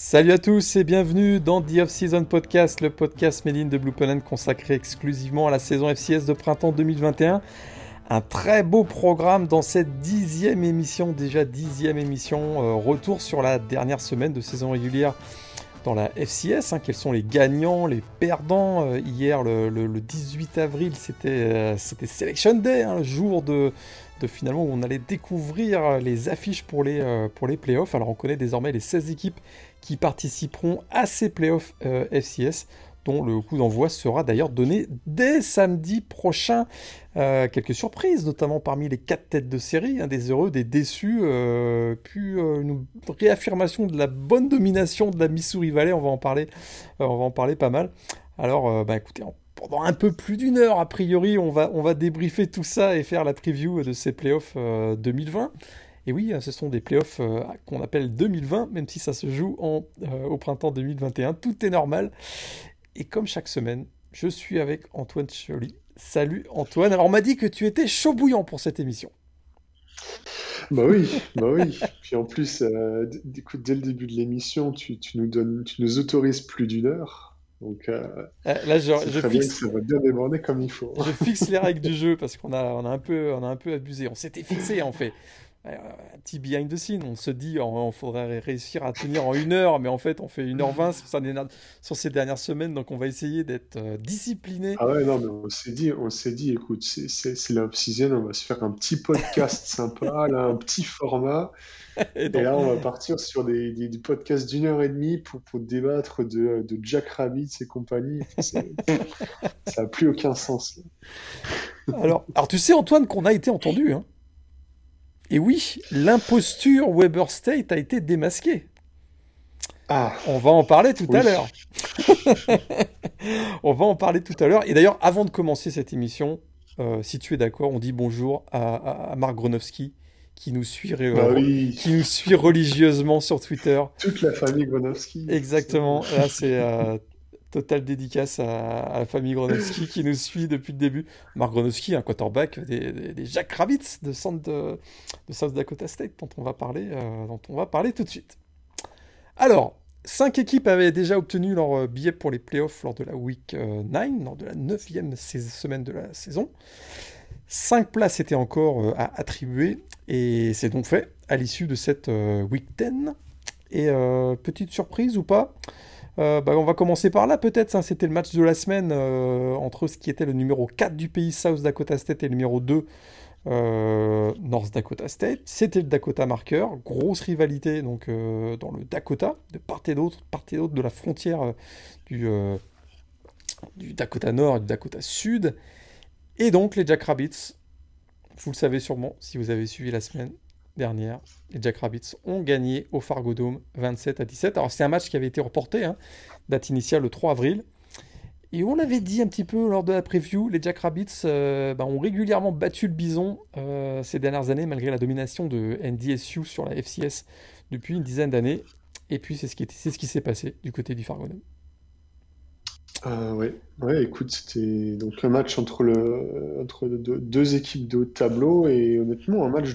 Salut à tous et bienvenue dans The Off-Season Podcast, le podcast made in de Blue Pollen consacré exclusivement à la saison FCS de printemps 2021. Un très beau programme dans cette 10e émission, déjà 10e émission, retour sur la dernière semaine de saison régulière dans la FCS, quels sont les gagnants, les perdants. Hier, le 18 avril, c'était Selection Day, le jour de finalement où on allait découvrir les affiches pour les playoffs. Alors on connaît désormais les 16 équipes qui participeront à ces playoffs FCS, dont le coup d'envoi sera d'ailleurs donné dès samedi prochain. Quelques surprises, notamment parmi les 4 têtes de série, des heureux, des déçus, puis une réaffirmation de la bonne domination de la Missouri Valley, on va en parler pas mal. Alors, écoutez, pendant un peu plus d'une heure, a priori, on va débriefer tout ça et faire la preview de ces playoffs 2020. Et oui, ce sont des playoffs qu'on appelle 2020, même si ça se joue au printemps 2021. Tout est normal. Et comme chaque semaine, je suis avec Antoine Chioli. Salut Antoine. Alors on m'a dit que tu étais chaud bouillant pour cette émission. Bah oui, bah oui. Puis en plus, écoute, dès le début de l'émission, tu nous autorises plus d'une heure. Donc, Là, c'est très bien que ça va bien déborder comme il faut. je fixe les règles du jeu parce qu'on a un peu abusé. On s'était fixé en fait. Un petit behind the scene, on se dit on faudrait réussir à tenir en 1 heure, mais en fait on fait 1h20 sur ces dernières semaines, donc on va essayer d'être discipliné. Ah ouais, non, mais on s'est dit, écoute, c'est la season, on va se faire un petit podcast sympa, là, un petit format. Et Et donc, là, on va partir sur des podcasts d'une heure et demie pour débattre de Jack Rabbit et compagnie. Enfin, ça n'a plus aucun sens. alors tu sais Antoine qu'on a été entendu, hein. Et oui, l'imposture Weber State a été démasquée. Ah, On va en parler tout à oui. l'heure. On va en parler tout à l'heure. Et d'ailleurs, avant de commencer cette émission, si tu es d'accord, on dit bonjour à Marc Gronowski, qui nous suit, Bah oui. qui nous suit religieusement sur Twitter. Toute la famille Gronowski, forcément. Exactement. Là, c'est totale dédicace à la famille Gronowski qui nous suit depuis le début. Marc Gronowski, un quarterback des Jack Rabbits de South Dakota State, dont on va parler tout de suite. Alors, 5 équipes avaient déjà obtenu leur billet pour les playoffs lors de la Week 9, lors de la 9e semaine de la saison. 5 places étaient encore à attribuer, et c'est donc fait à l'issue de cette Week 10. Et petite surprise ou pas, on va commencer par là peut-être, c'était le match de la semaine entre ce qui était le numéro 4 du pays, South Dakota State, et le numéro 2, North Dakota State. C'était le Dakota Marker, grosse rivalité donc dans le Dakota, de part et d'autre de la frontière du, euh, du Dakota Nord et du Dakota Sud. Et donc les Jackrabbits, vous le savez sûrement si vous avez suivi la semaine dernière, les Jackrabbits ont gagné au Fargo Dome 27-17. Alors c'est un match qui avait été reporté, date initiale le 3 avril. Et on l'avait dit un petit peu lors de la preview, les Jackrabbits ont régulièrement battu le Bison ces dernières années, malgré la domination de NDSU sur la FCS depuis une dizaine d'années. Et puis c'est ce qui s'est passé du côté du Fargo Dome. Ouais, ouais, écoute, c'était donc un match entre deux équipes de haut de tableau et honnêtement un match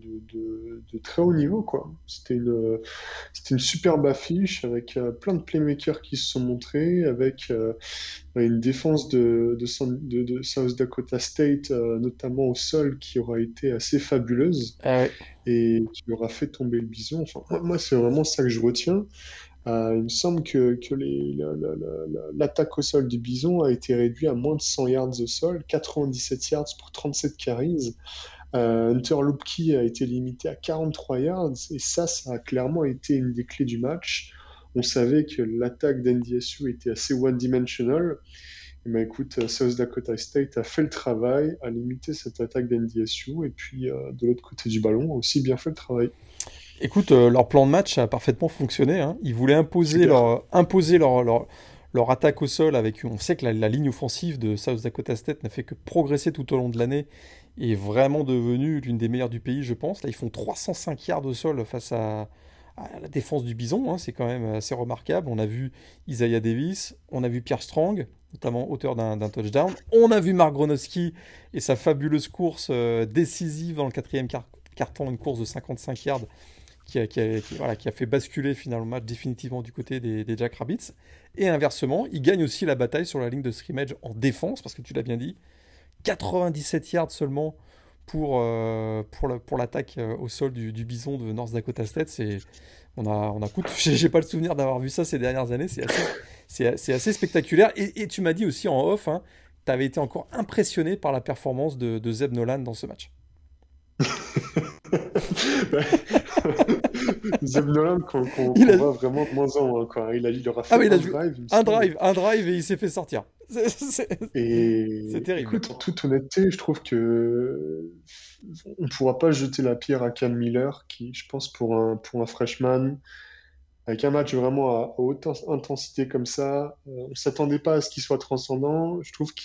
de très haut niveau, quoi. C'était une superbe affiche avec plein de playmakers qui se sont montrés, avec une défense de South Dakota State, notamment au sol, qui aura été assez fabuleuse Ah ouais. et qui aura fait tomber le bison. Enfin, moi, c'est vraiment ça que je retiens. Il me semble que l'attaque au sol du Bison a été réduite à moins de 100 yards au sol, 97 yards pour 37 carries. Hunter Lupke a été limité à 43 yards, et ça a clairement été une des clés du match. On savait que l'attaque d'NDSU était assez one-dimensional. Et ben écoute, South Dakota State a fait le travail, a limité cette attaque d'NDSU, et puis de l'autre côté du ballon a aussi bien fait le travail. Écoute, leur plan de match a parfaitement fonctionné, hein. Ils voulaient Super. imposer leur attaque au sol avec. On sait que la ligne offensive de South Dakota State n'a fait que progresser tout au long de l'année et est vraiment devenue l'une des meilleures du pays, je pense. Là, ils font 305 yards au sol face à la défense du Bison, c'est quand même assez remarquable. On a vu Isaiah Davis, on a vu Pierre Strong, notamment auteur d'un touchdown. On a vu Mark Gronowski et sa fabuleuse course décisive dans le quatrième carton, une course de 55 yards voilà, qui a fait basculer finalement le match définitivement du côté des Jackrabbits. Et inversement, il gagne aussi la bataille sur la ligne de scrimmage en défense, parce que tu l'as bien dit, 97 yards seulement pour l'attaque au sol du Bison de North Dakota State. J'ai pas le souvenir d'avoir vu ça ces dernières années. C'est assez spectaculaire. Et tu m'as dit aussi en off, hein, tu avais été encore impressionné par la performance de Zeb Nolan dans ce match. Zeb Nolan qu'on voit vraiment de moins en moins, quoi. Il aura fait Ah oui, il a un joué drive, il me un semble. drive, un drive et il s'est fait sortir. C'est Et terrible. écoute, en toute honnêteté, je trouve que on ne pourra pas jeter la pierre à Cam Miller, qui, je pense, pour un freshman, avec un match vraiment à haute intensité comme ça, on ne s'attendait pas à ce qu'il soit transcendant. Je trouve que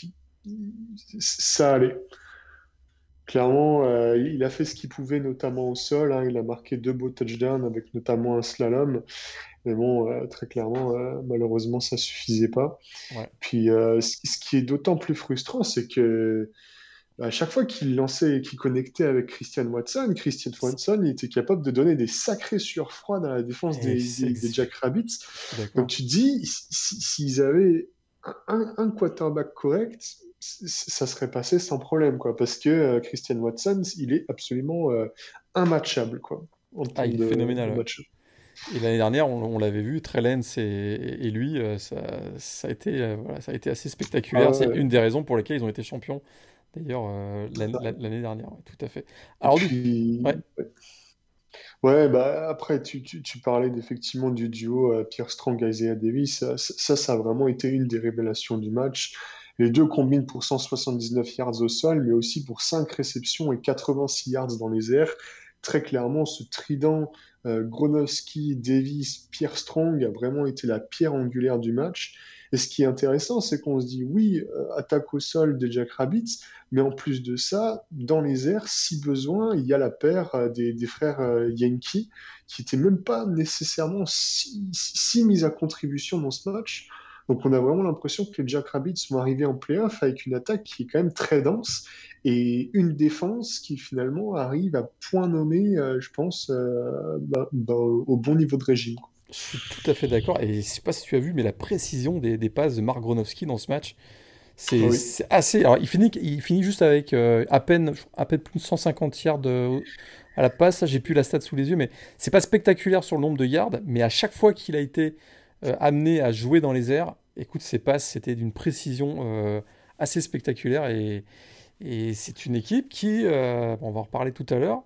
ça allait. Clairement, il a fait ce qu'il pouvait, notamment au sol, hein. Il a marqué 2 beaux touchdowns avec notamment un slalom. Mais bon, très clairement, malheureusement, ça suffisait pas. Ouais. Puis, ce qui est d'autant plus frustrant, c'est que à chaque fois qu'il lançait et qu'il connectait avec Christian Watson, il était capable de donner des sacrés sueurs froides à la défense Et des Jackrabbits. je suis Donc d'accord. tu te dis, s'ils avaient un quarterback correct, ça serait passé sans problème, quoi. Parce que Christian Watson, il est absolument immatchable, quoi, en Ah, termes il est de phénoménal, ouais. match. Et l'année dernière, on l'avait vu, Trey Lance et lui, ça a été, voilà, ça a été assez Ah spectaculaire. C'est ouais, une des raisons pour lesquelles ils ont été champions, d'ailleurs, c'est ça. l'année dernière, ouais, tout à fait. Et Alors, ouais, puis, ouais, bah après, tu parlais effectivement du duo Pierre Strong, Isaiah Davis. Ça a vraiment été une des révélations du match. Les deux combinent pour 179 yards au sol, mais aussi pour 5 réceptions et 86 yards dans les airs. Très clairement, ce trident Gronowski, Davis, Pierre Strong a vraiment été la pierre angulaire du match. Et ce qui est intéressant, c'est qu'on se dit, oui, attaque au sol des Jackrabbits, mais en plus de ça, dans les airs, si besoin, il y a la paire des frères Yankee qui n'étaient même pas nécessairement si mis à contribution dans ce match. Donc on a vraiment l'impression que les Jackrabbits sont arrivés en playoff avec une attaque qui est quand même très dense et une défense qui finalement arrive à point nommé, je pense, au bon niveau de régime. je suis tout à fait d'accord. Et je sais pas si tu as vu, mais la précision des passes de Mark Gronowski dans ce match, Ah oui. c'est assez. Alors, il finit juste avec à peine plus de 150 yards à la passe. Ça, j'ai plus la stat sous les yeux, mais c'est pas spectaculaire sur le nombre de yards. Mais à chaque fois qu'il a été amené à jouer dans les airs, écoute, ses passes, c'était d'une précision assez spectaculaire. Et c'est une équipe qui, bon, on va en reparler tout à l'heure,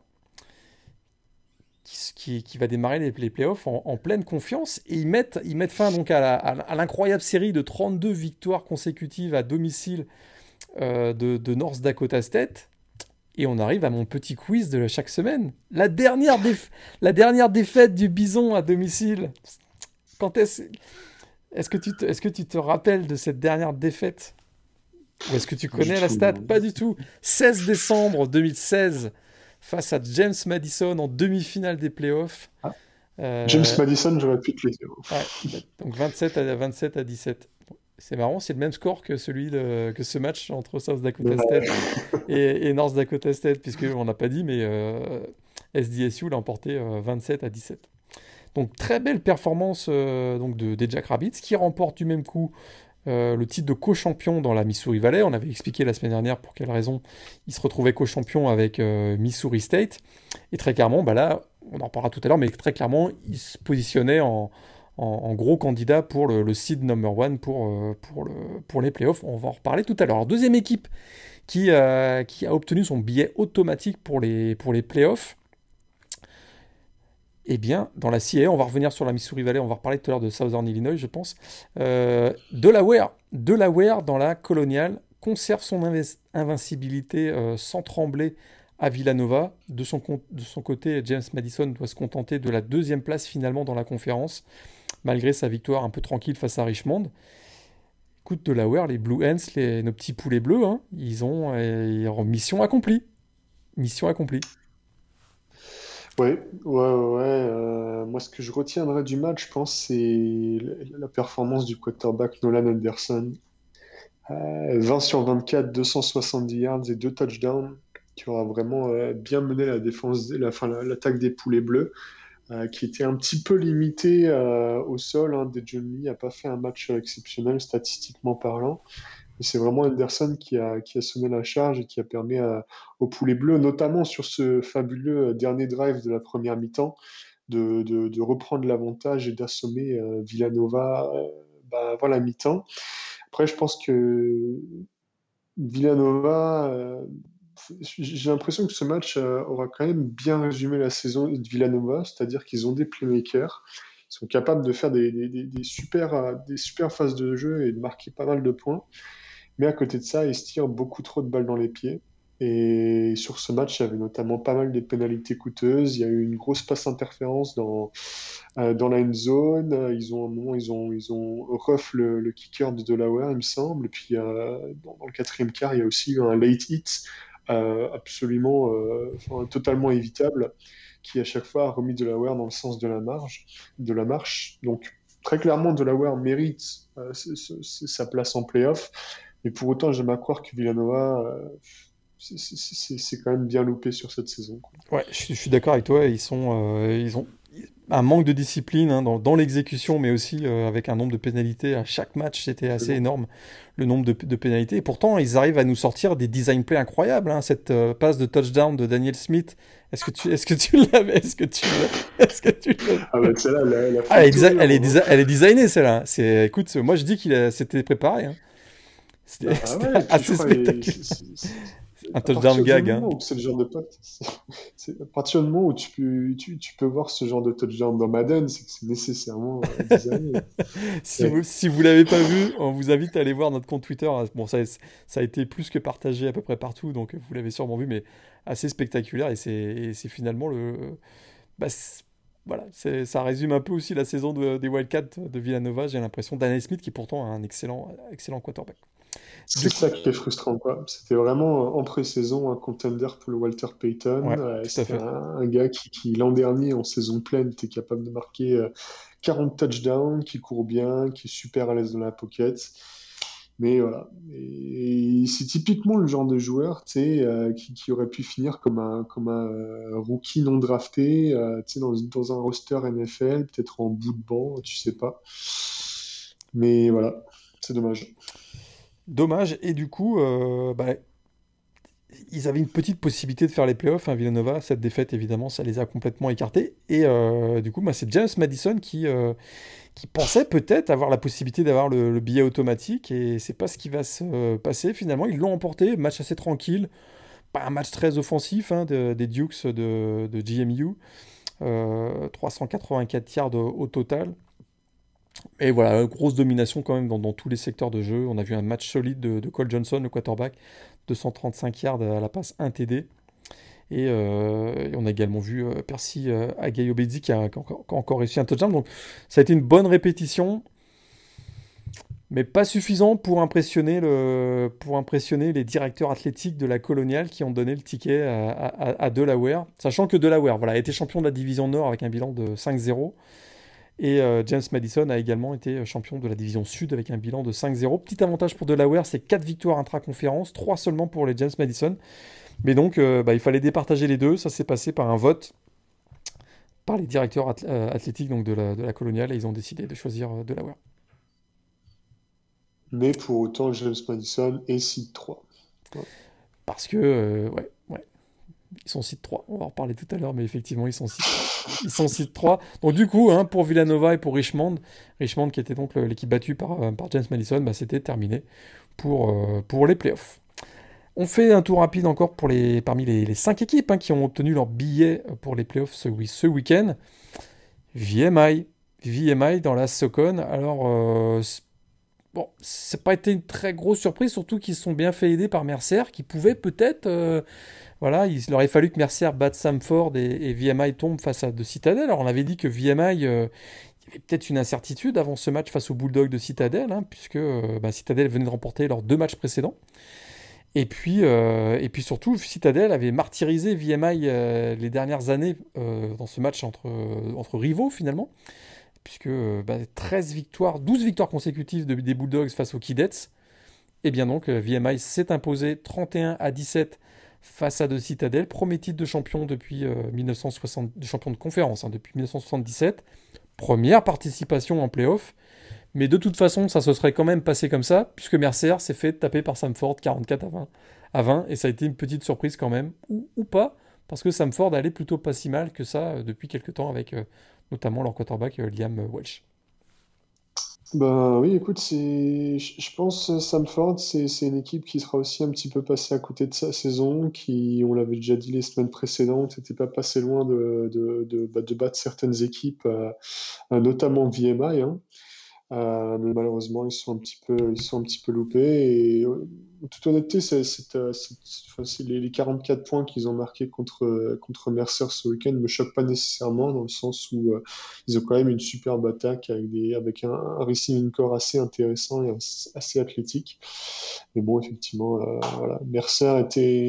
qui va démarrer les playoffs en pleine confiance. Et ils mettent fin donc à l'incroyable série de 32 victoires consécutives à domicile de North Dakota State. Et on arrive à mon petit quiz de chaque semaine. La dernière défaite du Bison à domicile. Quand est-ce que tu te rappelles de cette dernière défaite? Ou est-ce que tu Pas du connais la tout, stat? non. Pas du tout. 16 décembre 2016, face à James Madison en demi-finale des playoffs. Ah, James Euh, Madison, j'aurais pu te le dire. ouais, donc 27 à 17. C'est marrant, c'est le même score que ce match entre South Dakota Ouais. State et North Dakota State, puisqu'on n'a pas dit, mais SDSU l'a emporté 27 à 17. Donc très belle performance donc des Jackrabbits, qui remportent du même coup le titre de co-champion dans la Missouri Valley. On avait expliqué la semaine dernière pour quelle raison ils se retrouvaient co-champion avec Missouri State. Et très clairement, bah là, on en reparlera tout à l'heure, mais très clairement, ils se positionnaient en gros candidat pour le seed number one pour les playoffs. On va en reparler tout à l'heure. Alors, deuxième équipe qui a obtenu son billet automatique pour les playoffs. Eh bien, dans la CAA, on va revenir sur la Missouri Valley, on va reparler tout à l'heure de Southern Illinois, je pense. Delaware, dans la coloniale, conserve son invincibilité sans trembler à Villanova. De son côté, James Madison doit se contenter de la deuxième place finalement dans la conférence, malgré sa victoire un peu tranquille face à Richmond. Écoute, Delaware, les Blue Hens, nos petits poulets bleus, hein, ils ont mission accomplie. Mission accomplie. Ouais, ouais. Moi, ce que je retiendrai du match, je pense, c'est la performance du quarterback Nolan Anderson. 20 sur 24, 270 yards et 2 touchdowns, qui aura vraiment bien mené la défense, enfin, l'attaque des poulets bleus. qui était un petit peu limité au sol. Hein. Dejounte n'a pas fait un match exceptionnel statistiquement parlant. Mais c'est vraiment Henderson qui a sonné la charge et qui a permis aux Poulets Bleus, notamment sur ce fabuleux dernier drive de la première mi-temps, de reprendre l'avantage et d'assommer Villanova avant la mi-temps. Après, je pense que Villanova, j'ai l'impression que ce match aura quand même bien résumé la saison de Villanova, c'est-à-dire qu'ils ont des playmakers, ils sont capables de faire des super phases de jeu et de marquer pas mal de points. Mais à côté de ça, ils se tirent beaucoup trop de balles dans les pieds. Et sur ce match, il y avait notamment pas mal de pénalités coûteuses. Il y a eu une grosse passe interférence dans la end zone. À un moment, ils ont rough le kicker de Delaware, il me semble. Et puis, dans le quatrième quart, il y a aussi eu un late hit absolument, totalement évitable, qui à chaque fois a remis Delaware dans le sens de la marche. Donc, très clairement, Delaware mérite sa place en playoff. Mais pour autant, j'aime à croire que Villanova, c'est quand même bien loupé sur cette saison, quoi. Ouais, je suis d'accord avec toi. Ils ont un manque de discipline hein, dans l'exécution, mais aussi avec un nombre de pénalités à chaque match, c'était assez Absolument. énorme le nombre de pénalités. Et pourtant, ils arrivent à nous sortir des design plays incroyables. Hein, cette passe de touchdown de Daniel Smith. Est-ce que tu l'avais? Est-ce que tu l'avais? Ah bah celle-là, elle a Ah, fait le tour du monde, hein. elle est designée celle-là. Écoute, moi je dis c'était préparé. Hein. Ah C'était ouais, et puis je assez crois, spectaculaire. Un à touchdown partir du gag. Hein. moment où c'est le genre de pote, c'est à partir du moment où tu peux voir ce genre de touchdown dans Madden, c'est que c'est nécessairement designé. Ouais. Si vous l'avez pas vu, on vous invite à aller voir notre compte Twitter. Bon, ça a été plus que partagé à peu près partout, donc vous l'avez sûrement vu, mais assez spectaculaire. Et c'est finalement bah, voilà, ça résume un peu aussi la saison des Wildcats de Villanova. J'ai l'impression d'Anna Smith, qui pourtant a un excellent quarterback. C'est Du coup, ça qui est frustrant, quoi. C'était vraiment en pré-saison un contender pour le Walter Payton. ouais, tout à C'était fait. un gars qui, l'an dernier, en saison pleine, était capable de marquer 40 touchdowns, qui court bien, qui est super à l'aise dans la pocket. Mais voilà. Et c'est typiquement le genre de joueur, tu sais, qui aurait pu finir comme un rookie non drafté, tu sais, dans un roster NFL, peut-être en bout de banc, tu sais pas. Mais voilà, c'est dommage. Dommage. Et du coup, bah, ils avaient une petite possibilité de faire les playoffs, hein, Villanova. Cette défaite, évidemment, ça les a complètement écartés. Et du coup, bah, c'est James Madison qui pensait peut-être avoir la possibilité d'avoir le billet automatique. Et c'est pas ce qui va se passer. Finalement, ils l'ont emporté. Match assez tranquille. Pas un match très offensif hein, des Dukes de GMU. 384 yards au total. Et voilà, grosse domination quand même dans tous les secteurs de jeu. On a vu un match solide de Cole Johnson, le quarterback, 235 yards à la passe, 1 TD. Et on a également vu Percy Agayobedi qui a encore réussi un touchdown. Donc ça a été une bonne répétition, mais pas suffisant pour impressionner les directeurs athlétiques de la Coloniale qui ont donné le ticket à Delaware. Sachant que Delaware voilà, a été champion de la division Nord avec un bilan de 5-0. Et James Madison a également été champion de la division Sud avec un bilan de 5-0. Petit avantage pour Delaware, c'est 4 victoires intra-conférence, 3 seulement pour les James Madison. Mais donc, bah, il fallait départager les deux. Ça s'est passé par un vote par les directeurs athlétiques donc de la Coloniale et ils ont décidé de choisir Delaware. Mais pour autant, James Madison est seed 3. Ouais. Parce que, ouais, ils sont site 3. On va en reparler tout à l'heure, mais effectivement, ils sont site 3. Ils sont site 3. Donc, du coup, hein, pour Villanova et pour Richmond qui était donc l'équipe battue par James Madison, bah, c'était terminé pour les playoffs. On fait un tour rapide encore parmi les 5 équipes hein, qui ont obtenu leur billet pour les playoffs ce week-end. VMI dans la Socon. Alors, bon, c'est pas été une très grosse surprise, surtout qu'ils se sont bien fait aider par Mercer, qui pouvait peut-être. Voilà, il leur aurait fallu que Mercer batte Samford et VMI tombe face à de Citadel. Alors, on avait dit que VMI. Il y avait peut-être une incertitude avant ce match face aux Bulldogs de Citadel, hein, puisque bah, Citadel venait de remporter leurs 2 matchs précédents. Et puis surtout, Citadel avait martyrisé VMI les dernières années dans ce match entre rivaux finalement, puisque bah, 12 victoires consécutives des Bulldogs face aux Keydets. Et bien donc, VMI s'est imposé 31-17 face à De Citadel. Premier titre de champion depuis 1960, de champion de conférence depuis 1977. Première participation en play-off. Mais de toute façon, ça se serait quand même passé comme ça, puisque Mercer s'est fait taper par Samford 44-20, et ça a été une petite surprise quand même, ou pas, parce que Samford allait plutôt pas si mal que ça depuis quelques temps avec notamment leur quarterback Liam Welch. Ben oui, écoute, je pense Samford, c'est une équipe qui sera aussi un petit peu passée à côté de sa saison, qui, on l'avait déjà dit les semaines précédentes, n'était pas passé loin de battre certaines équipes, notamment VMI, hein. Mais malheureusement, ils sont un petit peu loupés. Et en toute honnêteté, enfin, les 44 points qu'ils ont marqués contre Mercer ce week-end ne me choquent pas nécessairement, dans le sens où ils ont quand même une superbe attaque avec un receiving core assez intéressant et assez athlétique. Mais bon, effectivement, voilà, Mercer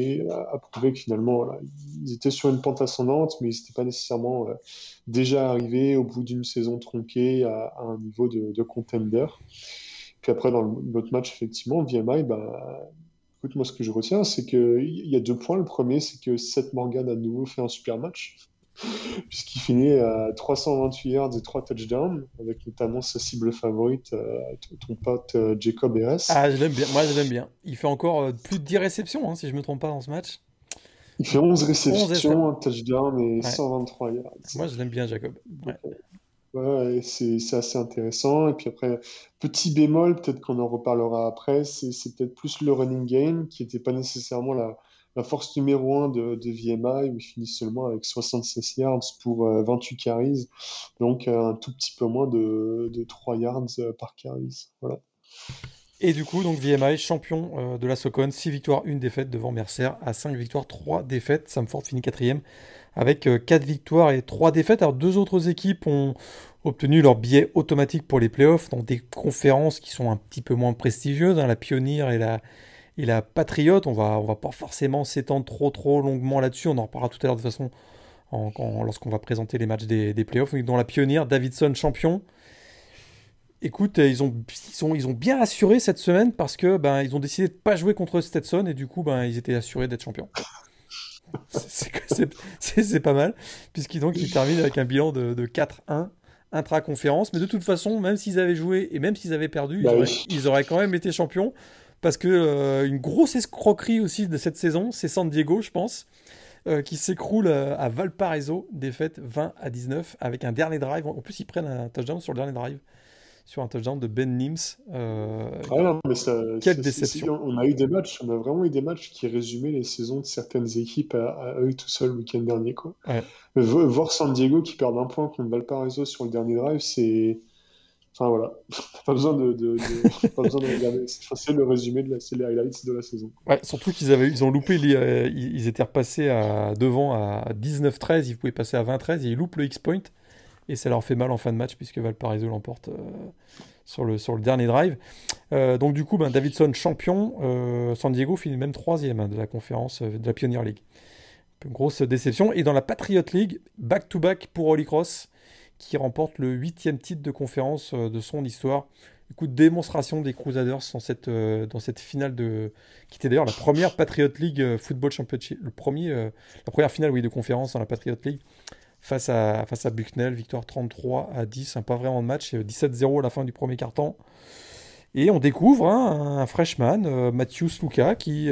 a prouvé que finalement, voilà, ils étaient sur une pente ascendante, mais ils n'étaient pas nécessairement déjà arrivés au bout d'une saison tronquée à un niveau de contender. Puis après, dans l'autre match, effectivement, VMI, bah, écoute, moi, ce que je retiens, c'est qu'il y a 2 points. Le premier, c'est que Seth Morgan a de nouveau fait un super match, puisqu'il finit à 328 yards et 3 touchdowns, avec notamment sa cible favorite, ton pote Jacob Harris. Ah, je l'aime bien, moi je l'aime bien. Il fait encore plus de 10 réceptions, si je me trompe pas dans ce match. Il fait 11 11 réceptions, un touchdown et Ouais. 123 yards. Moi je l'aime bien, Jacob. Donc, Ouais. ouais, c'est assez intéressant. Et puis après, petit bémol, peut-être qu'on en reparlera après, c'est peut-être plus le running game qui n'était pas nécessairement la force numéro un de VMI, où il finit seulement avec 76 yards pour 28 carries, donc un tout petit peu moins de 3 yards par carries. Voilà. Et du coup, donc VMI, champion de la Socon, 6 victoires, 1 défaite devant Mercer, à 5 victoires, 3 défaites. Samford finit quatrième avec 4 victoires et 3 défaites. Alors deux autres équipes ont obtenu leur billet automatique pour les playoffs dans des conférences qui sont un petit peu moins prestigieuses, la Pioneer et la Patriote. On va pas forcément s'étendre trop longuement là-dessus. On en reparlera tout à l'heure de toute façon lorsqu'on va présenter les matchs des playoffs. Dans la Pioneer, Davidson champion. Écoute, ils ont bien assuré cette semaine parce que ils ont décidé de pas jouer contre Stetson et du coup ils étaient assurés d'être champions. C'est pas mal puisqu'ils donc ils terminent avec un bilan de 4-1 intra-conférence. Mais de toute façon, même s'ils avaient joué et même s'ils avaient perdu, Bah oui. ils auraient quand même été champions parce que une grosse escroquerie aussi de cette saison, c'est San Diego, je pense, qui s'écroule à Valparaiso, défaite 20-19 avec un dernier drive. En plus, ils prennent un touchdown sur le dernier drive. Sur un touchdown de Ben Nims. Ah non, mais Quelle déception. on a eu des matchs, on a vraiment eu des matchs qui résumaient les saisons de certaines équipes à eux tout seuls le week-end dernier, quoi. Ouais. Mais voir San Diego qui perd un point contre Valparaiso sur le dernier drive, c'est. Enfin voilà, pas besoin pas besoin de regarder. C'est le résumé c'est les highlights de la saison. Ouais, surtout ils ont loupé, ils étaient repassés devant à 19-13, ils pouvaient passer à 20-13 et ils loupent le X-Point et ça leur fait mal en fin de match puisque Valparaiso l'emporte sur le dernier drive. Donc du coup, Davidson champion, San Diego finit même troisième de la conférence de la Pioneer League. Une grosse déception. Et dans la Patriot League, back-to-back pour Holy Cross qui remporte le 8e titre de conférence de son histoire. Du coup, démonstration des Crusaders dans cette finale qui était d'ailleurs la première Patriot League Football Championship, la première finale de conférence dans la Patriot League face à Bucknell, victoire 33-10, pas vraiment de match, 17-0 à la fin du premier quart-temps. Et on découvre un freshman, Matthews Luca, qui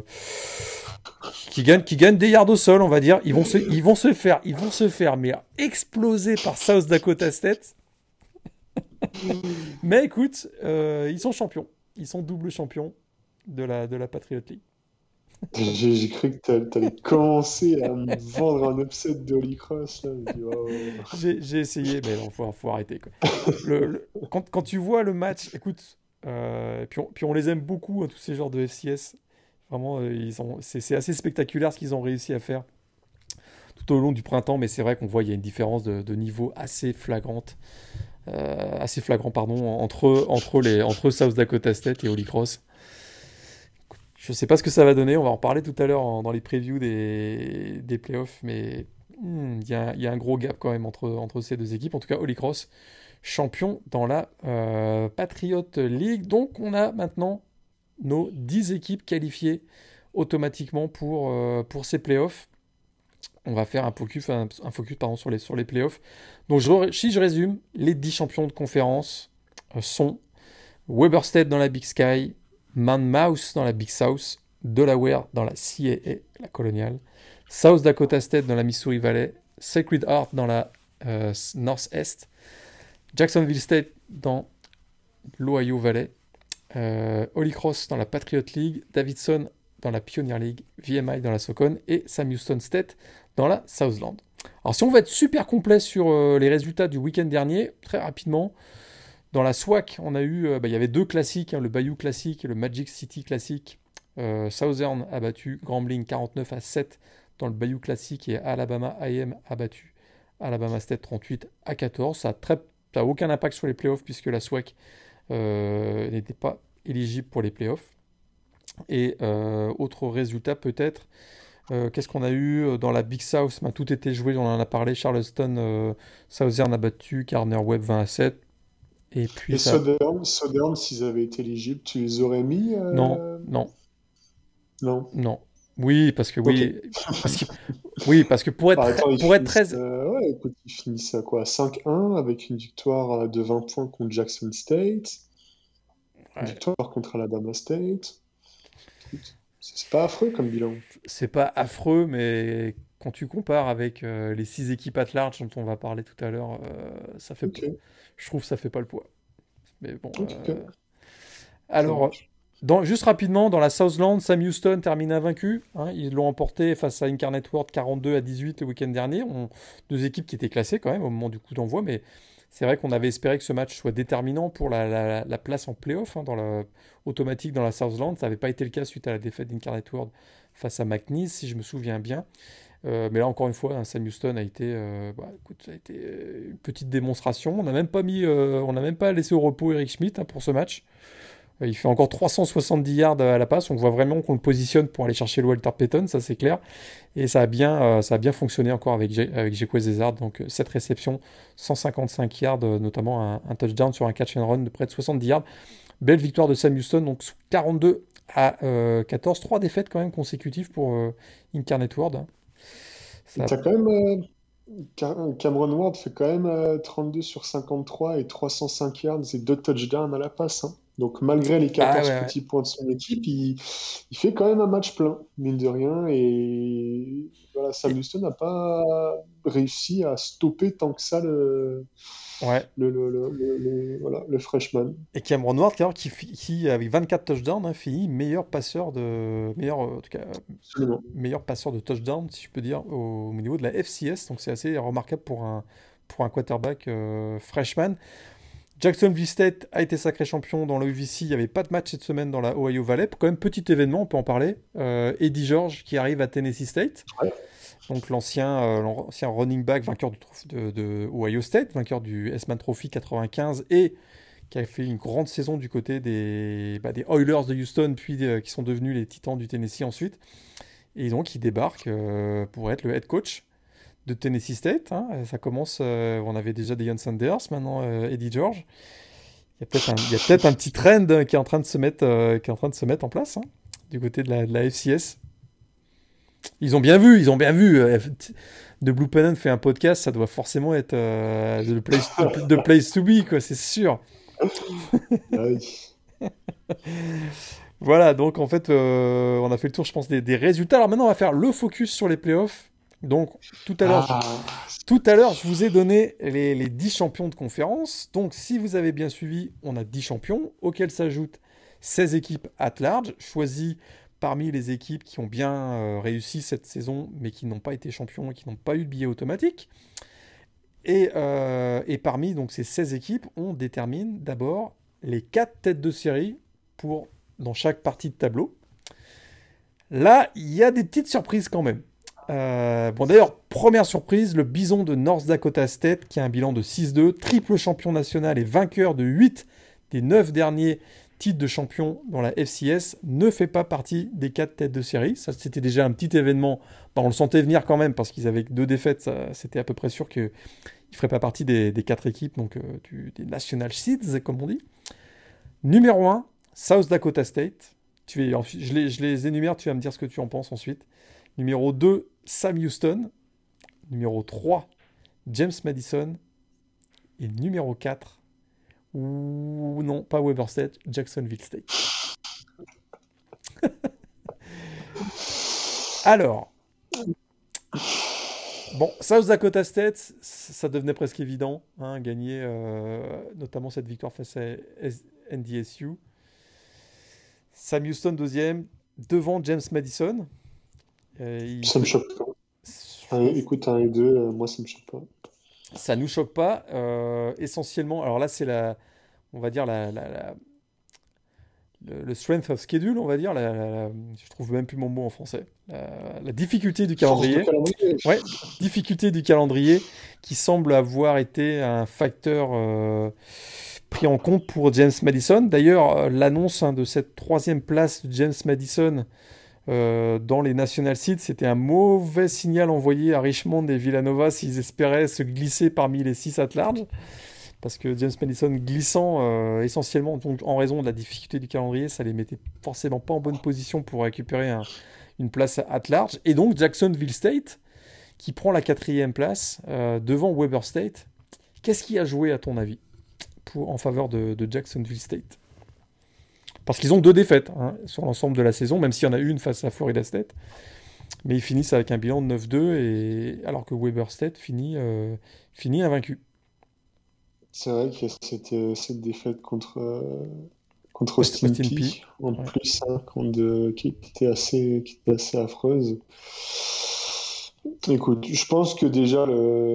gagne des yards au sol, on va dire. Ils vont se faire mais exploser par South Dakota State. Mais écoute, ils sont champions. Ils sont double champions de la Patriot League. J'ai cru que t'allais commencer à me vendre un upset de Holy Cross, là. J'ai dit, oh. J'ai essayé, mais non, faut arrêter, quoi. Quand tu vois le match, écoute, puis on les aime beaucoup, tous ces genres de FCS. Vraiment, c'est assez spectaculaire ce qu'ils ont réussi à faire tout au long du printemps, mais c'est vrai qu'on voit il y a une différence de niveau assez flagrante, pardon, entre South Dakota State et Holy Cross. Je sais pas ce que ça va donner, on va en reparler tout à l'heure dans les previews des playoffs, mais il y a un gros gap quand même entre ces deux équipes. En tout cas, Holy Cross, champion dans la Patriot League. Donc on a maintenant nos 10 équipes qualifiées automatiquement pour ces playoffs. On va faire un focus pardon, sur les playoffs. Donc, si je résume, les 10 champions de conférence sont Weber State dans la Big Sky, Monmouth dans la Big South, Delaware dans la CAA, la coloniale, South Dakota State dans la Missouri Valley, Sacred Heart dans la North-Est, Jacksonville State dans l'Ohio Valley, Holy Cross dans la Patriot League, Davidson dans la Pioneer League, VMI dans la Socon et Sam Houston State dans la Southland. Alors si on veut être super complet sur les résultats du week-end dernier, très rapidement, dans la SWAC, on a eu, il y avait 2 classiques, le Bayou Classic et le Magic City Classic. Southern a battu Grambling 49-7 dans le Bayou Classic et Alabama A&M a battu Alabama State 38-14. Ça n'a aucun impact sur les playoffs puisque la SWAC n'était pas éligible pour les playoffs. Et autre résultat peut-être, qu'est-ce qu'on a eu dans la Big South? Tout était joué, on en a parlé. Charleston Southern a battu Gardner-Webb 20-7. Et puis Southern, s'ils avaient été éligibles, tu les aurais mis Non. Non. Oui, parce que Ok. parce que pour être très ouais, écoute, ils finissent à quoi? 5-1 avec une victoire de 20 points contre Jackson State, une ouais, victoire contre Alabama State. Écoute, c'est pas affreux comme bilan. c'est pas affreux, mais quand tu compares avec les 6 équipes at large dont on va parler tout à l'heure, Ok, je trouve que ça fait pas le poids. Mais bon. ok, ça Alors, marche. juste rapidement, dans la Southland, Sam Houston termine invaincu. Ils l'ont emporté face à Incarnate Word 42-18 le week-end dernier. Deux équipes qui étaient classées quand même au moment du coup d'envoi, mais c'est vrai qu'on avait espéré que ce match soit déterminant pour la place en playoff automatique dans la Southland. Ça n'avait pas été le cas suite à la défaite d'Incarnate Word face à McNeese, si je me souviens bien. Mais là, encore une fois, Sam Houston a été, écoute, ça a été une petite démonstration. On n'a même pas laissé au repos Eric Schmidt pour ce match. Il fait encore 370 yards à la passe. On voit vraiment qu'on le positionne pour aller chercher le Walter Payton, ça c'est clair. Et ça a bien fonctionné encore avec Jacques Zezard. Donc 7 réceptions, 155 yards, notamment un touchdown sur un catch and run de près de 70 yards. Belle victoire de Sam Houston, donc 42-14. 3 défaites quand même consécutives pour Incarnate Word. Ça... T'as quand même, Cameron Ward fait quand même 32 sur 53 et 305 yards et 2 touchdowns à la passe, hein. Donc malgré les Ah 14 ouais, ouais. petits points de son équipe, il fait quand même un match plein, mine de rien. Et voilà, Sam Et- Houston n'a pas réussi à stopper tant que ça ouais. voilà, le freshman. Et Cameron Ward, qui, avec 24 touchdowns, finit en tout cas, Absolument. meilleur passeur de touchdown, si je peux dire, au niveau de la FCS. Donc c'est assez remarquable pour un quarterback freshman. Jacksonville State a été sacré champion dans la UVC. Il n'y avait pas de match cette semaine dans la Ohio Valley. Quand même, petit événement, on peut en parler. Eddie George qui arrive à Tennessee State. Ouais. Donc l'ancien running back, vainqueur de Ohio State, vainqueur du S-Man Trophy 95 et qui a fait une grande saison du côté des Oilers de Houston, puis qui sont devenus les Titans du Tennessee ensuite. Et donc il débarque pour être le head coach de Tennessee State. Ça commence, on avait déjà Deion Sanders, maintenant Eddie George. Il y a peut-être un petit trend qui est en train de se mettre, en place du côté de la FCS. Ils ont bien vu. The Blue Pennant fait un podcast, ça doit forcément être the place to be, quoi, c'est sûr. Ah oui. Voilà, donc en fait, on a fait le tour, je pense, des résultats. Alors maintenant, on va faire le focus sur les playoffs. Donc, tout à l'heure, Ah, Tout à l'heure, je vous ai donné les 10 champions de conférence. Donc, si vous avez bien suivi, on a 10 champions, auxquels s'ajoutent 16 équipes at large, choisies parmi les équipes qui ont bien réussi cette saison, mais qui n'ont pas été champions et qui n'ont pas eu de billet automatique. Et parmi donc, ces 16 équipes, on détermine d'abord les 4 têtes de série dans chaque partie de tableau. Là, il y a des petites surprises quand même. Bon, d'ailleurs, première surprise, le Bison de North Dakota State, qui a un bilan de 6-2, triple champion national et vainqueur de 8 des 9 derniers titres de champion dans la FCS, ne fait pas partie des 4 têtes de série. Ça, c'était déjà un petit événement. On le sentait venir quand même, parce qu'ils avaient 2 défaites. C'était à peu près sûr qu'ils ne feraient pas partie des 4 équipes, donc des National Seeds, comme on dit. Numéro 1, South Dakota State, Je les énumère, tu vas me dire ce que tu en penses ensuite. Numéro 2, Sam Houston. Numéro 3, James Madison. Et numéro 4, ou non, pas Weber State, Jacksonville State. Alors, bon, South Dakota State, ça devenait presque évident, hein, gagner notamment cette victoire face à NDSU. Sam Houston deuxième, devant James Madison. Ça me choque pas. Écoute, 1 et 2, moi ça me choque pas. Ça nous choque pas. Essentiellement, alors là c'est on va dire le strength of schedule, on va dire. Je trouve même plus mon mot en français. La difficulté du calendrier. Ouais, difficulté du calendrier qui semble avoir été un facteur pris en compte pour James Madison. D'ailleurs, l'annonce de cette 3e place de James Madison dans les National Seeds, c'était un mauvais signal envoyé à Richmond et Villanova s'ils espéraient se glisser parmi les 6 at large. Parce que James Madison glissant essentiellement donc, en raison de la difficulté du calendrier, ça les mettait forcément pas en bonne position pour récupérer une place at large. Et donc Jacksonville State qui prend la 4e place devant Weber State. Qu'est-ce qui a joué à ton avis en faveur de Jacksonville State? Parce qu'ils ont 2 défaites sur l'ensemble de la saison, même s'il y en a une face à Florida State. Mais ils finissent avec un bilan de 9-2, alors que Weber State finit invaincu. C'est vrai qu'il y a cette défaite contre Austin Peay en plus, qui était assez affreuse. Écoute, je pense que déjà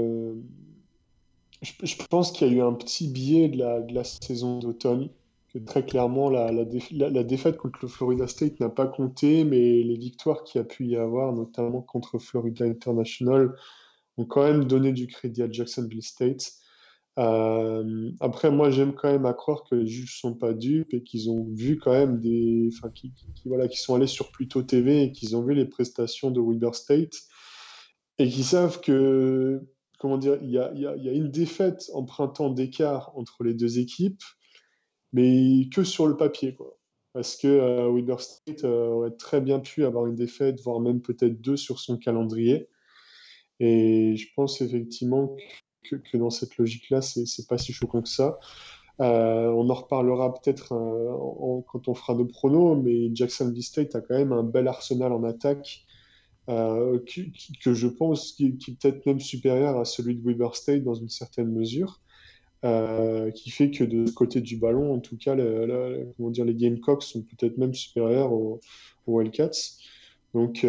je pense qu'il y a eu un petit biais de la saison d'automne, que très clairement la défaite contre le Florida State n'a pas compté, mais les victoires qu'il y a pu y avoir, notamment contre Florida International, ont quand même donné du crédit à Jacksonville State. Après, moi, j'aime quand même à croire que les juges sont pas dupes et qu'ils ont vu quand même qui sont allés sur Pluto TV et qu'ils ont vu les prestations de Weber State et qui savent que, comment dire, il y a une défaite en printemps d'écart entre les 2 équipes, mais que sur le papier, quoi. Parce que Weber State aurait très bien pu avoir une défaite, voire même peut-être 2 sur son calendrier. Et je pense effectivement que dans cette logique-là, c'est pas si choquant que ça. On en reparlera peut-être quand on fera nos pronos, mais Jacksonville State a quand même un bel arsenal en attaque que je pense qui est peut-être même supérieur à celui de Weber State dans une certaine mesure, qui fait que de ce côté du ballon, en tout cas, comment dire, les Gamecocks sont peut-être même supérieurs aux Wildcats. Donc,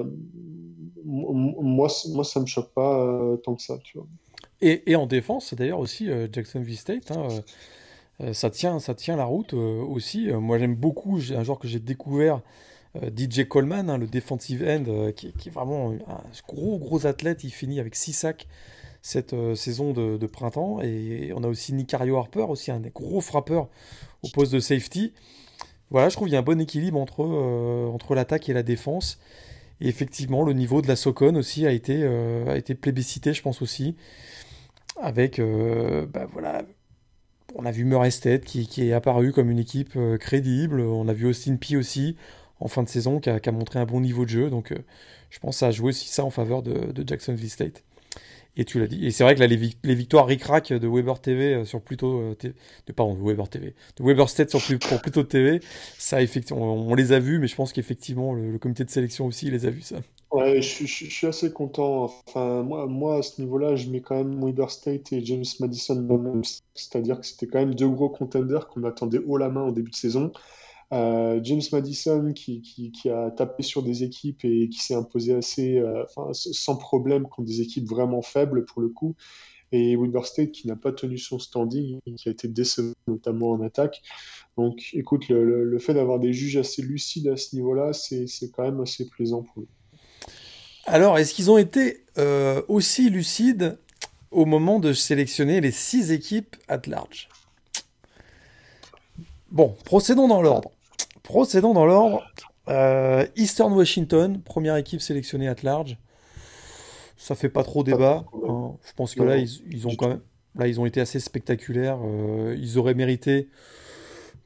moi, ça me choque pas tant que ça, tu vois. Et en défense, d'ailleurs aussi, Jacksonville State, ça tient la route aussi. Moi, j'aime beaucoup, un joueur que j'ai découvert, DJ Coleman, le defensive end, qui est vraiment un gros athlète. Il finit avec 6 sacs cette saison de printemps. Et on a aussi Nicario Harper, aussi un des gros frappeurs au poste de safety. Voilà, je trouve qu'il y a un bon équilibre entre l'attaque et la défense. Et effectivement, le niveau de la Socon aussi a été plébiscité, je pense aussi. Avec, voilà, on a vu Murray State qui est apparu comme une équipe crédible. On a vu Austin Peay aussi en fin de saison qui a montré un bon niveau de jeu. Donc, je pense que ça a joué aussi ça en faveur de Jacksonville State. Et tu l'as dit. Et c'est vrai que là, les victoires ric-rac de Weber TV sur Pluto TV, pardon, de Weber TV, de Weber State pour Pluto TV, ça effectivement, on les a vus, mais je pense qu'effectivement le comité de sélection aussi les a vus ça. Ouais, je suis assez content. Enfin, moi, à ce niveau-là, je mets quand même Weber State et James Madison dans le même sac. C'est-à-dire que c'était quand même 2 gros contenders qu'on attendait haut la main au début de saison. James Madison qui a tapé sur des équipes et qui s'est imposé sans problème contre des équipes vraiment faibles pour le coup. Et Weber State qui n'a pas tenu son standing et qui a été décevant, notamment en attaque. Donc, écoute, le fait d'avoir des juges assez lucides à ce niveau-là, c'est quand même assez plaisant pour eux. Alors, est-ce qu'ils ont été aussi lucides au moment de sélectionner les 6 équipes at large? Bon, procédons dans l'ordre. Eastern Washington, première équipe sélectionnée at large. Ça fait pas trop débat. Je pense que là, ils ont quand même, là, ils ont été assez spectaculaires. Ils auraient mérité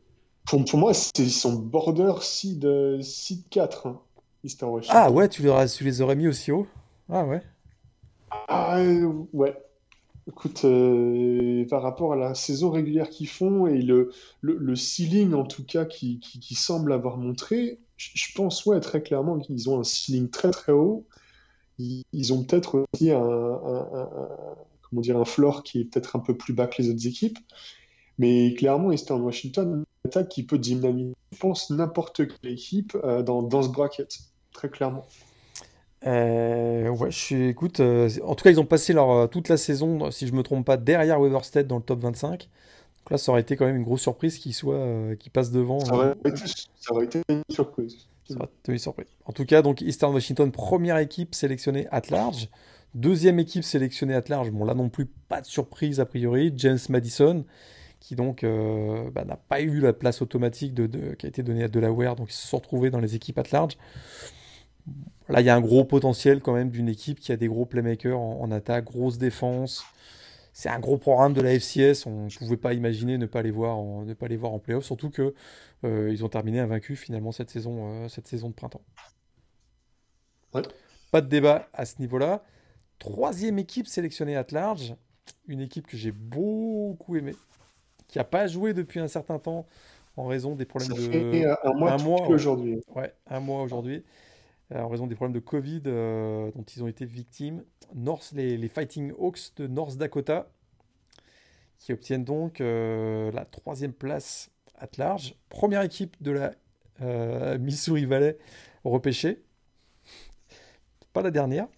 Pour moi, ils sont border seed 4, hein, Eastern Ah Washington. ouais, tu les aurais mis aussi haut? Ah ouais. Ah, ouais. Écoute, par rapport à la saison régulière qu'ils font et le ceiling en tout cas qui semble avoir montré, je pense ouais, très clairement qu'ils ont un ceiling très très haut. Ils ont peut-être aussi comment dire, un floor qui est peut-être un peu plus bas que les autres équipes. Mais clairement, Eastern Washington, une attaque qui peut dynamiser, je pense, n'importe quelle équipe dans ce bracket. Très clairement. Ouais, écoute, en tout cas, ils ont passé toute la saison, si je me trompe pas, derrière Weverstedt dans le top 25. Donc là, ça aurait été quand même une grosse surprise qu'ils passent devant. Ça aurait été une surprise. Ça aurait été une surprise. En tout cas, donc Eastern Washington, première équipe sélectionnée at large. Deuxième équipe sélectionnée at large. Bon, là non plus, pas de surprise a priori. James Madison, qui donc n'a pas eu la place automatique qui a été donnée à Delaware, donc ils se sont retrouvés dans les équipes at large. Là, il y a un gros potentiel quand même d'une équipe qui a des gros playmakers en attaque, grosse défense. C'est un gros programme de la FCS. On ne pouvait pas imaginer ne pas les voir en playoff, surtout que ils ont terminé invaincus finalement cette saison de printemps. Ouais. Pas de débat à ce niveau-là. Troisième équipe sélectionnée at large, une équipe que j'ai beaucoup aimée, qui n'a pas joué depuis un certain temps en raison des problèmes Ça fait de un mois un tout mois, pile ouais, aujourd'hui. ouais, un mois aujourd'hui. En raison des problèmes de Covid dont ils ont été victimes. Les Fighting Hawks de North Dakota, qui obtiennent donc la troisième place at large. Première équipe de la Missouri Valley repêchée. Pas la dernière.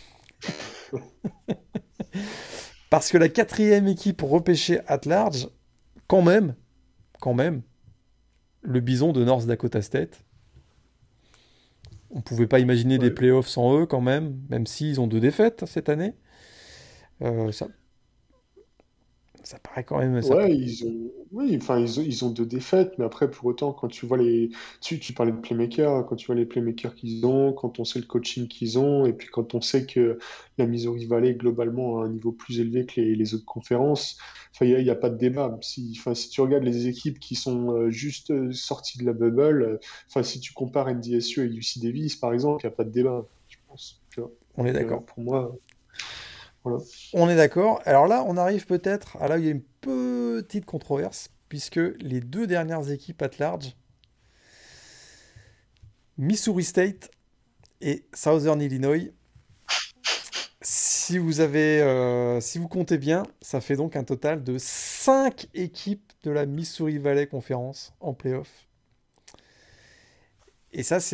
Parce que la quatrième équipe repêchée at large, quand même, le Bison de North Dakota State. On ne pouvait pas imaginer des Ouais. playoffs sans eux quand même s'ils ont 2 défaites cette année. Ça, ça paraît quand même. Ouais, oui, enfin, ils ont 2 défaites, mais après, pour autant, quand tu vois tu parlais de playmakers, hein, quand tu vois les playmakers qu'ils ont, quand on sait le coaching qu'ils ont, et puis quand on sait que la Missouri Valley, globalement, a un niveau plus élevé que les autres conférences, enfin, il y a pas de débat. Enfin, si tu regardes les équipes qui sont juste sorties de la bubble, enfin, si tu compares NDSU et UC Davis, par exemple, il n'y a pas de débat, je pense. Tu vois. On est Donc, d'accord. pour moi, voilà. On est d'accord. Alors là, on arrive peut-être à là où il y a une petite controverse, puisque les 2 dernières équipes at large, Missouri State et Southern Illinois, si vous comptez bien, ça fait donc un total de 5 équipes de la Missouri Valley Conference en playoff. Et ça,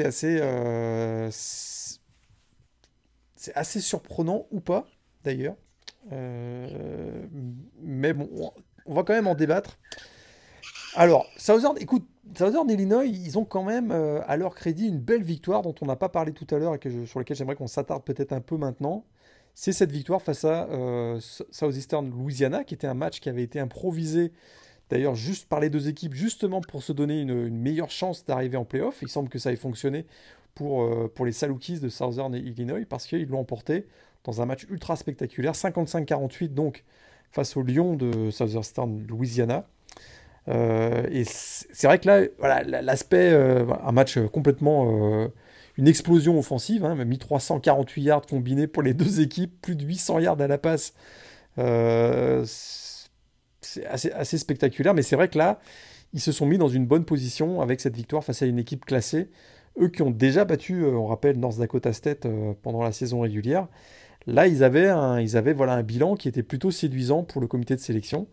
c'est assez surprenant ou pas, d'ailleurs. Euh, mais bon, on va quand même en débattre. Alors, écoute, Southern Illinois, ils ont quand même, à leur crédit, une belle victoire dont on n'a pas parlé tout à l'heure et sur laquelle j'aimerais qu'on s'attarde peut-être un peu maintenant. C'est cette victoire face à Southeastern Louisiana, qui était un match qui avait été improvisé, d'ailleurs, juste par les deux équipes, justement pour se donner une meilleure chance d'arriver en playoff. Il semble que ça ait fonctionné pour les Salukis de Southern Illinois, parce qu'ils l'ont emporté dans un match ultra spectaculaire, 55-48 donc, face aux Lions de Southeastern Louisiana. Et c'est vrai que là, voilà, l'aspect, un match complètement, une explosion offensive, hein, 1348 yards combinés pour les deux équipes, plus de 800 yards à la passe. Euh, c'est assez spectaculaire, mais c'est vrai que là, ils se sont mis dans une bonne position avec cette victoire face à une équipe classée. Eux qui ont déjà battu, on rappelle, North Dakota State pendant la saison régulière. Là, voilà, un bilan qui était plutôt séduisant pour le comité de sélection.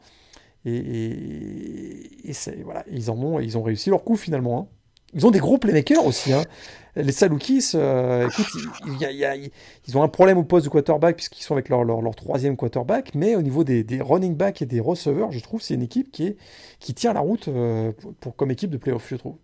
Voilà, ils ont réussi leur coup finalement, hein. Ils ont des gros playmakers aussi, hein. Les Salukis, écoute, ils ont un problème au poste de quarterback puisqu'ils sont avec leur troisième quarterback, mais au niveau des running backs et des receveurs, je trouve que c'est une équipe qui tient la route comme équipe de playoff, je trouve.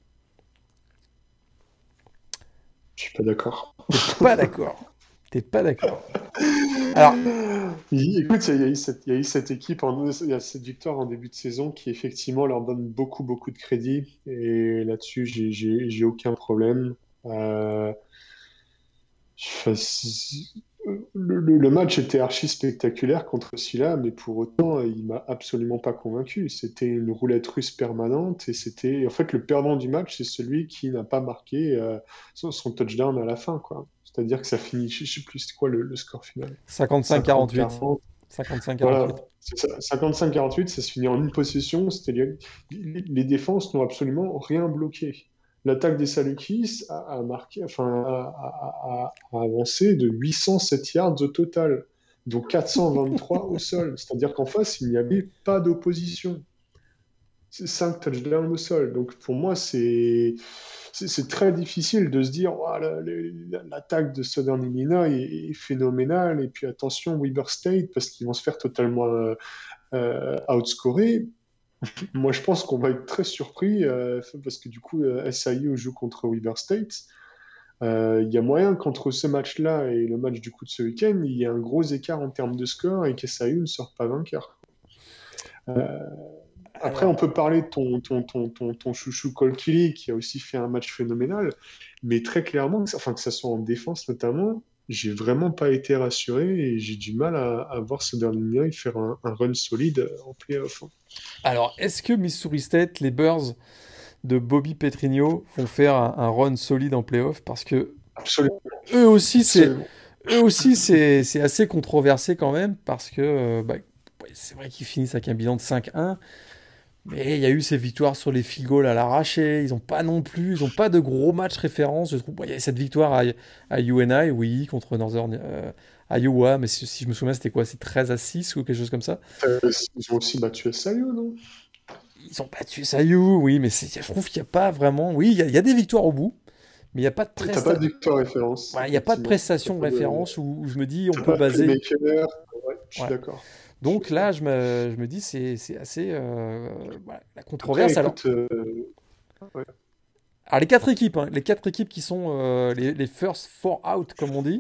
Je suis pas d'accord. T'es pas d'accord. T'es pas d'accord. Alors, Écoute, il y a eu cette équipe, il y a cette victoire en début de saison qui effectivement leur donne beaucoup, beaucoup de crédit. Et là-dessus, j'ai aucun problème. Euh, enfin, le match était archi spectaculaire contre Silla, mais pour autant, il m'a absolument pas convaincu. C'était une roulette russe permanente et c'était, en fait, le perdant du match, c'est celui qui n'a pas marqué son touchdown à la fin, quoi. C'est-à-dire que ça finit, je sais plus, c'est quoi le score final? 55-48. 50-40. 55-48. Voilà, c'est ça, 55-48, ça se finit en une possession. Les défenses n'ont absolument rien bloqué. L'attaque des Salukis a marqué, enfin, a avancé de 807 yards au total, dont 423 au sol. C'est-à-dire qu'en face, il n'y avait pas d'opposition. C'est 5 touchdowns au sol. Donc pour moi, c'est très difficile de se dire oh, l'attaque de Southern Illinois est phénoménale. Et puis attention, Weber State, parce qu'ils vont se faire totalement outscorer. Moi, je pense qu'on va être très surpris parce que du coup, SIU joue contre Weber State. Il y a moyen qu'entre ce match-là et le match du coup de ce week-end, il y ait un gros écart en termes de score et qu'SIU ne sort pas vainqueur. Après, on Alors, peut parler de ton chouchou Cole Kelly, qui a aussi fait un match phénoménal, mais très clairement, enfin, que ce soit en défense notamment, j'ai vraiment pas été rassuré et j'ai du mal à voir Southern Illinois faire un run solide en playoff. est-ce que Missouri State, les Bears de Bobby Petrino vont faire un run solide en playoff? Parce que Absolument, eux aussi, c'est absolument. eux aussi, c'est assez controversé quand même, parce que bah, ouais, c'est vrai qu'ils finissent avec un bilan de 5-1, mais il y a eu ces victoires sur les field goals à l'arraché. Ils ont pas de gros matchs références. Je trouve, bon, il y a cette victoire à UNI, oui, contre Northern Iowa, mais si je me souviens, c'était quoi? C'est 13-6 ou quelque chose comme ça. Ils ont aussi battu SIU, non? Ils ont battu SIU, oui, mais je trouve qu'il n'y a pas vraiment. Oui, il y a des victoires au bout, mais il n'y a pas de T'as pas de victoire référence, ouais, il y a pas de effectivement. prestation de référence où je me dis on T'as peut pas de baser. playmaker, ouais, je suis Ouais. d'accord. Je suis Donc là, d'accord. je me dis c'est assez voilà, la Après, controverse. écoute, ouais. Alors les quatre équipes qui sont les first four out comme on dit,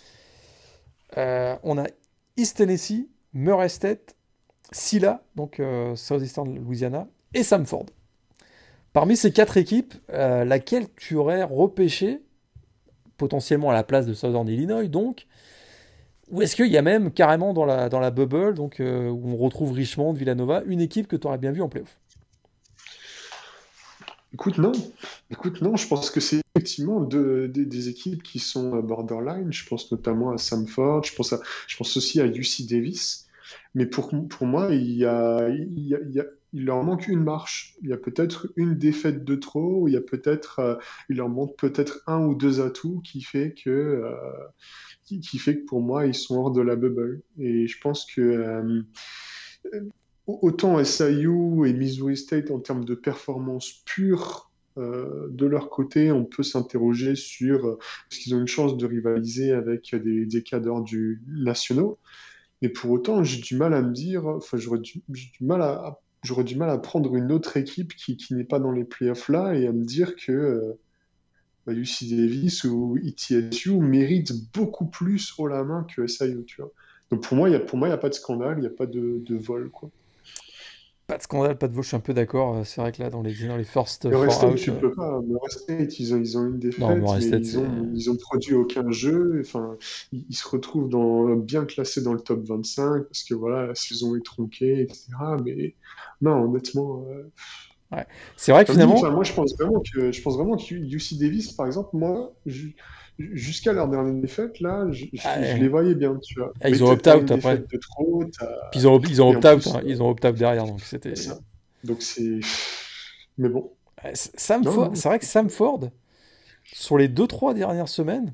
on a East Tennessee, Murray State, Silla, donc Southeastern Louisiana, et Samford. Parmi ces quatre équipes, laquelle tu aurais repêché potentiellement à la place de Southern Illinois, donc, ou est-ce qu'il y a même carrément dans la bubble, donc où on retrouve Richmond, Villanova, une équipe que tu aurais bien vue en playoff? Écoute, non. Écoute, non, je pense que c'est effectivement des équipes qui sont borderline. Je pense notamment à Samford, je pense aussi à UC Davis. Mais pour moi, il leur manque une marche. Il y a peut-être une défaite de trop, il leur manque peut-être un ou deux atouts qui fait que pour moi, ils sont hors de la bubble. Et je pense que autant SIU et Missouri State, en termes de performance pure, de leur côté, on peut s'interroger sur parce qu'ils ont une chance de rivaliser avec des cadres du nationaux. Mais pour autant, j'ai du mal à me dire, enfin, j'ai du mal j'aurais du mal à prendre une autre équipe qui n'est pas dans les playoffs là et à me dire que UC Davis ou ETSU méritent beaucoup plus haut la main que SIU, tu vois. Donc pour moi, il y a pas de scandale, il n'y a pas de vol, quoi. Pas de scandale, pas de vol, je suis un peu d'accord. C'est vrai que là, dans les first Le four State, out, tu peux pas. Le State, ils ont une non, défaite, Murray mais State, c'est. ils ont produit aucun jeu. Enfin, ils se retrouvent bien classés dans le top 25 parce que voilà, la saison est tronquée, etc. Mais non, honnêtement, Ouais. C'est vrai que comme dit, finalement, enfin, moi, je pense vraiment que UC Davis, par exemple, moi, jusqu'à leur dernière défaite, là, je les ouais, voyais bien, tu vois. Mais ils ont t'as opt-out une après. défaite de trop, Puis ils ont et en opt-out, plus, hein. Ils ont opt-out derrière, donc c'est c'était. ça. Donc c'est. Mais bon, Ouais, non, non. C'est vrai que Sam Ford, sur les deux-trois dernières semaines,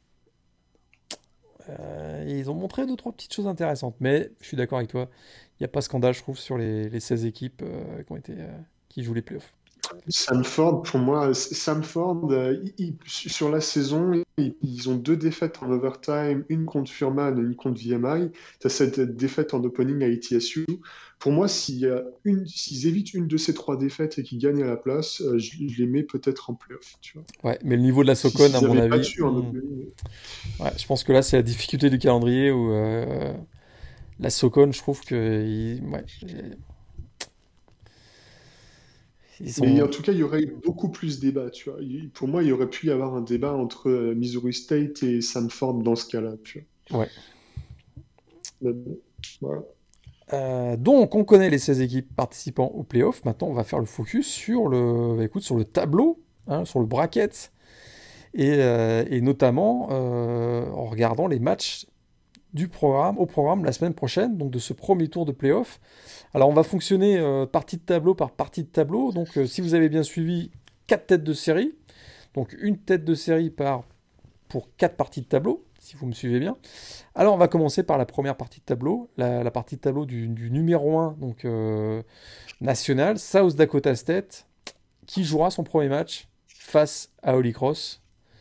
ils ont montré deux-trois petites choses intéressantes. Mais je suis d'accord avec toi, il n'y a pas scandale, je trouve, sur les 16 équipes qui jouent les playoffs. Samford, pour moi, Samford, sur la saison, ils ont deux défaites en overtime, une contre Furman et une contre VMI. Tu as cette défaite en opening à ETSU. Pour moi, s'ils évitent une de ces trois défaites et qu'ils gagnent à la place, je les mets peut-être en playoff, tu vois. Ouais, mais le niveau de la Socon, à S'ils mon avaient avis, battu en opening. ouais, je pense que là, c'est la difficulté du calendrier où la Socon, je trouve que ouais, ils Mais sont. en tout cas, il y aurait eu beaucoup plus débat, tu vois. Pour moi, il y aurait pu y avoir un débat entre Missouri State et Samford dans ce cas-là, tu vois. Ouais. Mais bon, voilà. Donc, on connaît les 16 équipes participant aux playoffs. Maintenant, on va faire le focus sur le tableau, hein, sur le bracket, et notamment en regardant les matchs au programme la semaine prochaine, donc de ce premier tour de playoff. Alors, on va fonctionner partie de tableau par partie de tableau. Donc, si vous avez bien suivi, 4 têtes de série. Donc, une tête de série pour 4 parties de tableau, si vous me suivez bien. Alors, on va commencer par la première partie de tableau, la partie de tableau du numéro 1, donc national, South Dakota State, qui jouera son premier match face à Holy Cross.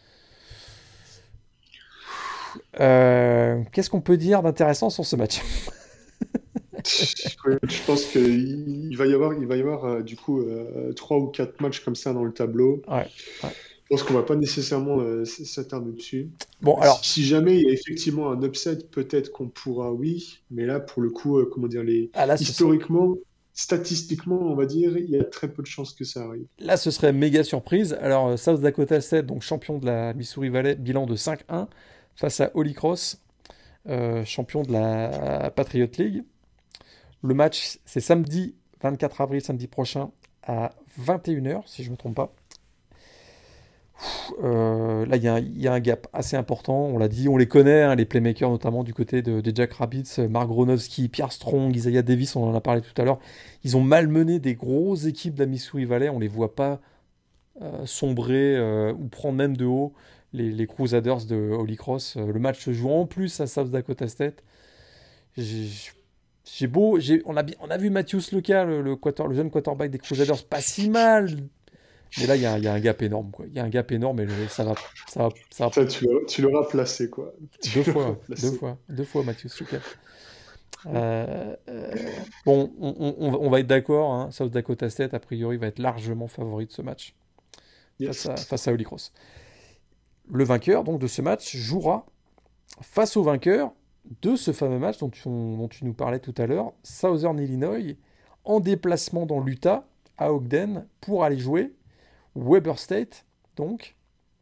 Qu'est-ce qu'on peut dire d'intéressant sur ce match? Ouais, je pense qu'il va y avoir du coup 3 ou 4 matchs comme ça dans le tableau. Ouais, ouais. Je pense qu'on va pas nécessairement s'attarder dessus. Bon, Si, alors, si jamais il y a effectivement un upset, peut-être qu'on pourra, oui. Mais là, pour le coup, comment dire, là, historiquement, statistiquement, on va dire, il y a très peu de chances que ça arrive. ce serait méga surprise. Alors, South Dakota State, donc champion de la Missouri Valley, bilan de 5-1, face à Holy Cross, champion de la Patriot League. Le match, c'est samedi 24 avril, samedi prochain, à 21h, si je ne me trompe pas. Là, il y a un gap assez important. On l'a dit, on les connaît, hein, les playmakers, notamment du côté des Jack Rabbits, Mark Gronowski, Pierre Strong, Isaiah Davis, on en a parlé tout à l'heure. Ils ont malmené des grosses équipes de la Missouri Valley. On les voit pas sombrer ou prendre même de haut les Crusaders de Holy Cross. Le match se joue en plus à South Dakota State. J'ai on a vu Matthews Luka, le jeune quarterback des Crusaders, pas si mal. Mais là, il y a un gap énorme, quoi. Il y a un gap énorme et ça va Ça, tu l'auras placé, quoi. Tu l'auras placé. deux fois Matthews Luka. Bon, on va être d'accord, hein, South Dakota State, a priori, va être largement favori de ce match Yes. face à Holy Cross. Le vainqueur donc de ce match jouera face au vainqueur de ce fameux match dont tu nous parlais tout à l'heure, Southern Illinois, en déplacement dans l'Utah, à Ogden, pour aller jouer Weber State. Donc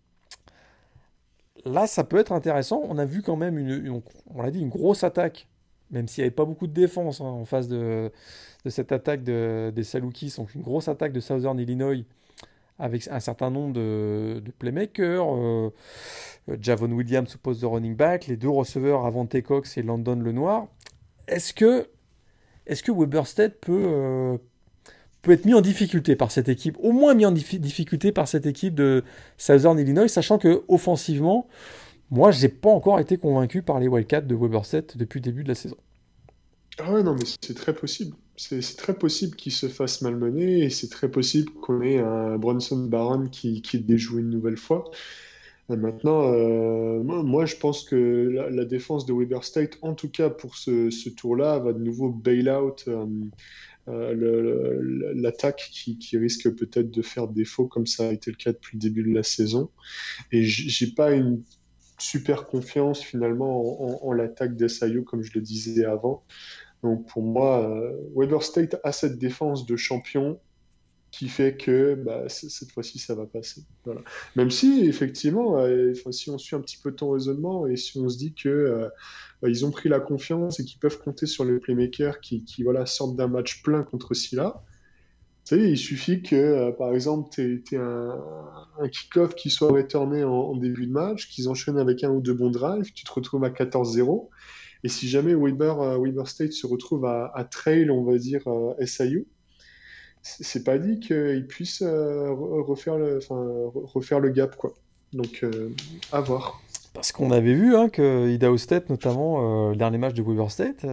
là, ça peut être intéressant. On a vu quand même on l'a dit, une grosse attaque, même s'il n'y avait pas beaucoup de défense, hein, en face de cette attaque des Salukis. Donc une grosse attaque de Southern Illinois avec un certain nombre de playmakers. Javon Williams au poste de running back, les deux receveurs Avante Cox et Landon Lenoir. Est-ce que, est-ce que Weber State peut être mis en difficulté par cette équipe, au moins mis en difficulté par cette équipe de Southern Illinois, sachant que offensivement, moi, j'ai pas encore été convaincu par les Wildcats de Weber State depuis le début de la saison. Ah ouais, non, mais c'est très possible. C'est très possible qu'il se fasse malmener et c'est très possible qu'on ait un Bronson Barron qui déjoue une nouvelle fois. Maintenant, moi, je pense que la défense de Weber State, en tout cas pour ce tour-là, va de nouveau bail out l'attaque qui risque peut-être de faire défaut, comme ça a été le cas depuis le début de la saison. Et j'ai pas une super confiance finalement en l'attaque d'SIU, comme je le disais avant. Donc pour moi, Weber State a cette défense de champion qui fait que bah, cette fois-ci, ça va passer. Voilà. Même si, effectivement, enfin, si on suit un petit peu ton raisonnement et si on se dit que bah, ils ont pris la confiance et qu'ils peuvent compter sur les playmakers voilà, sortent d'un match plein contre Silla, tu sais, il suffit que, par exemple, tu aies un kick-off qui soit returné en début de match, qu'ils enchaînent avec un ou deux bons drives, tu te retrouves à 14-0. Et si jamais Weber State se retrouve à trail, on va dire, SIU, c'est pas dit qu'ils puissent refaire le gap, quoi. Donc, à voir. Parce qu'on avait vu, hein, que Idaho State, notamment, le dernier match de Weber State,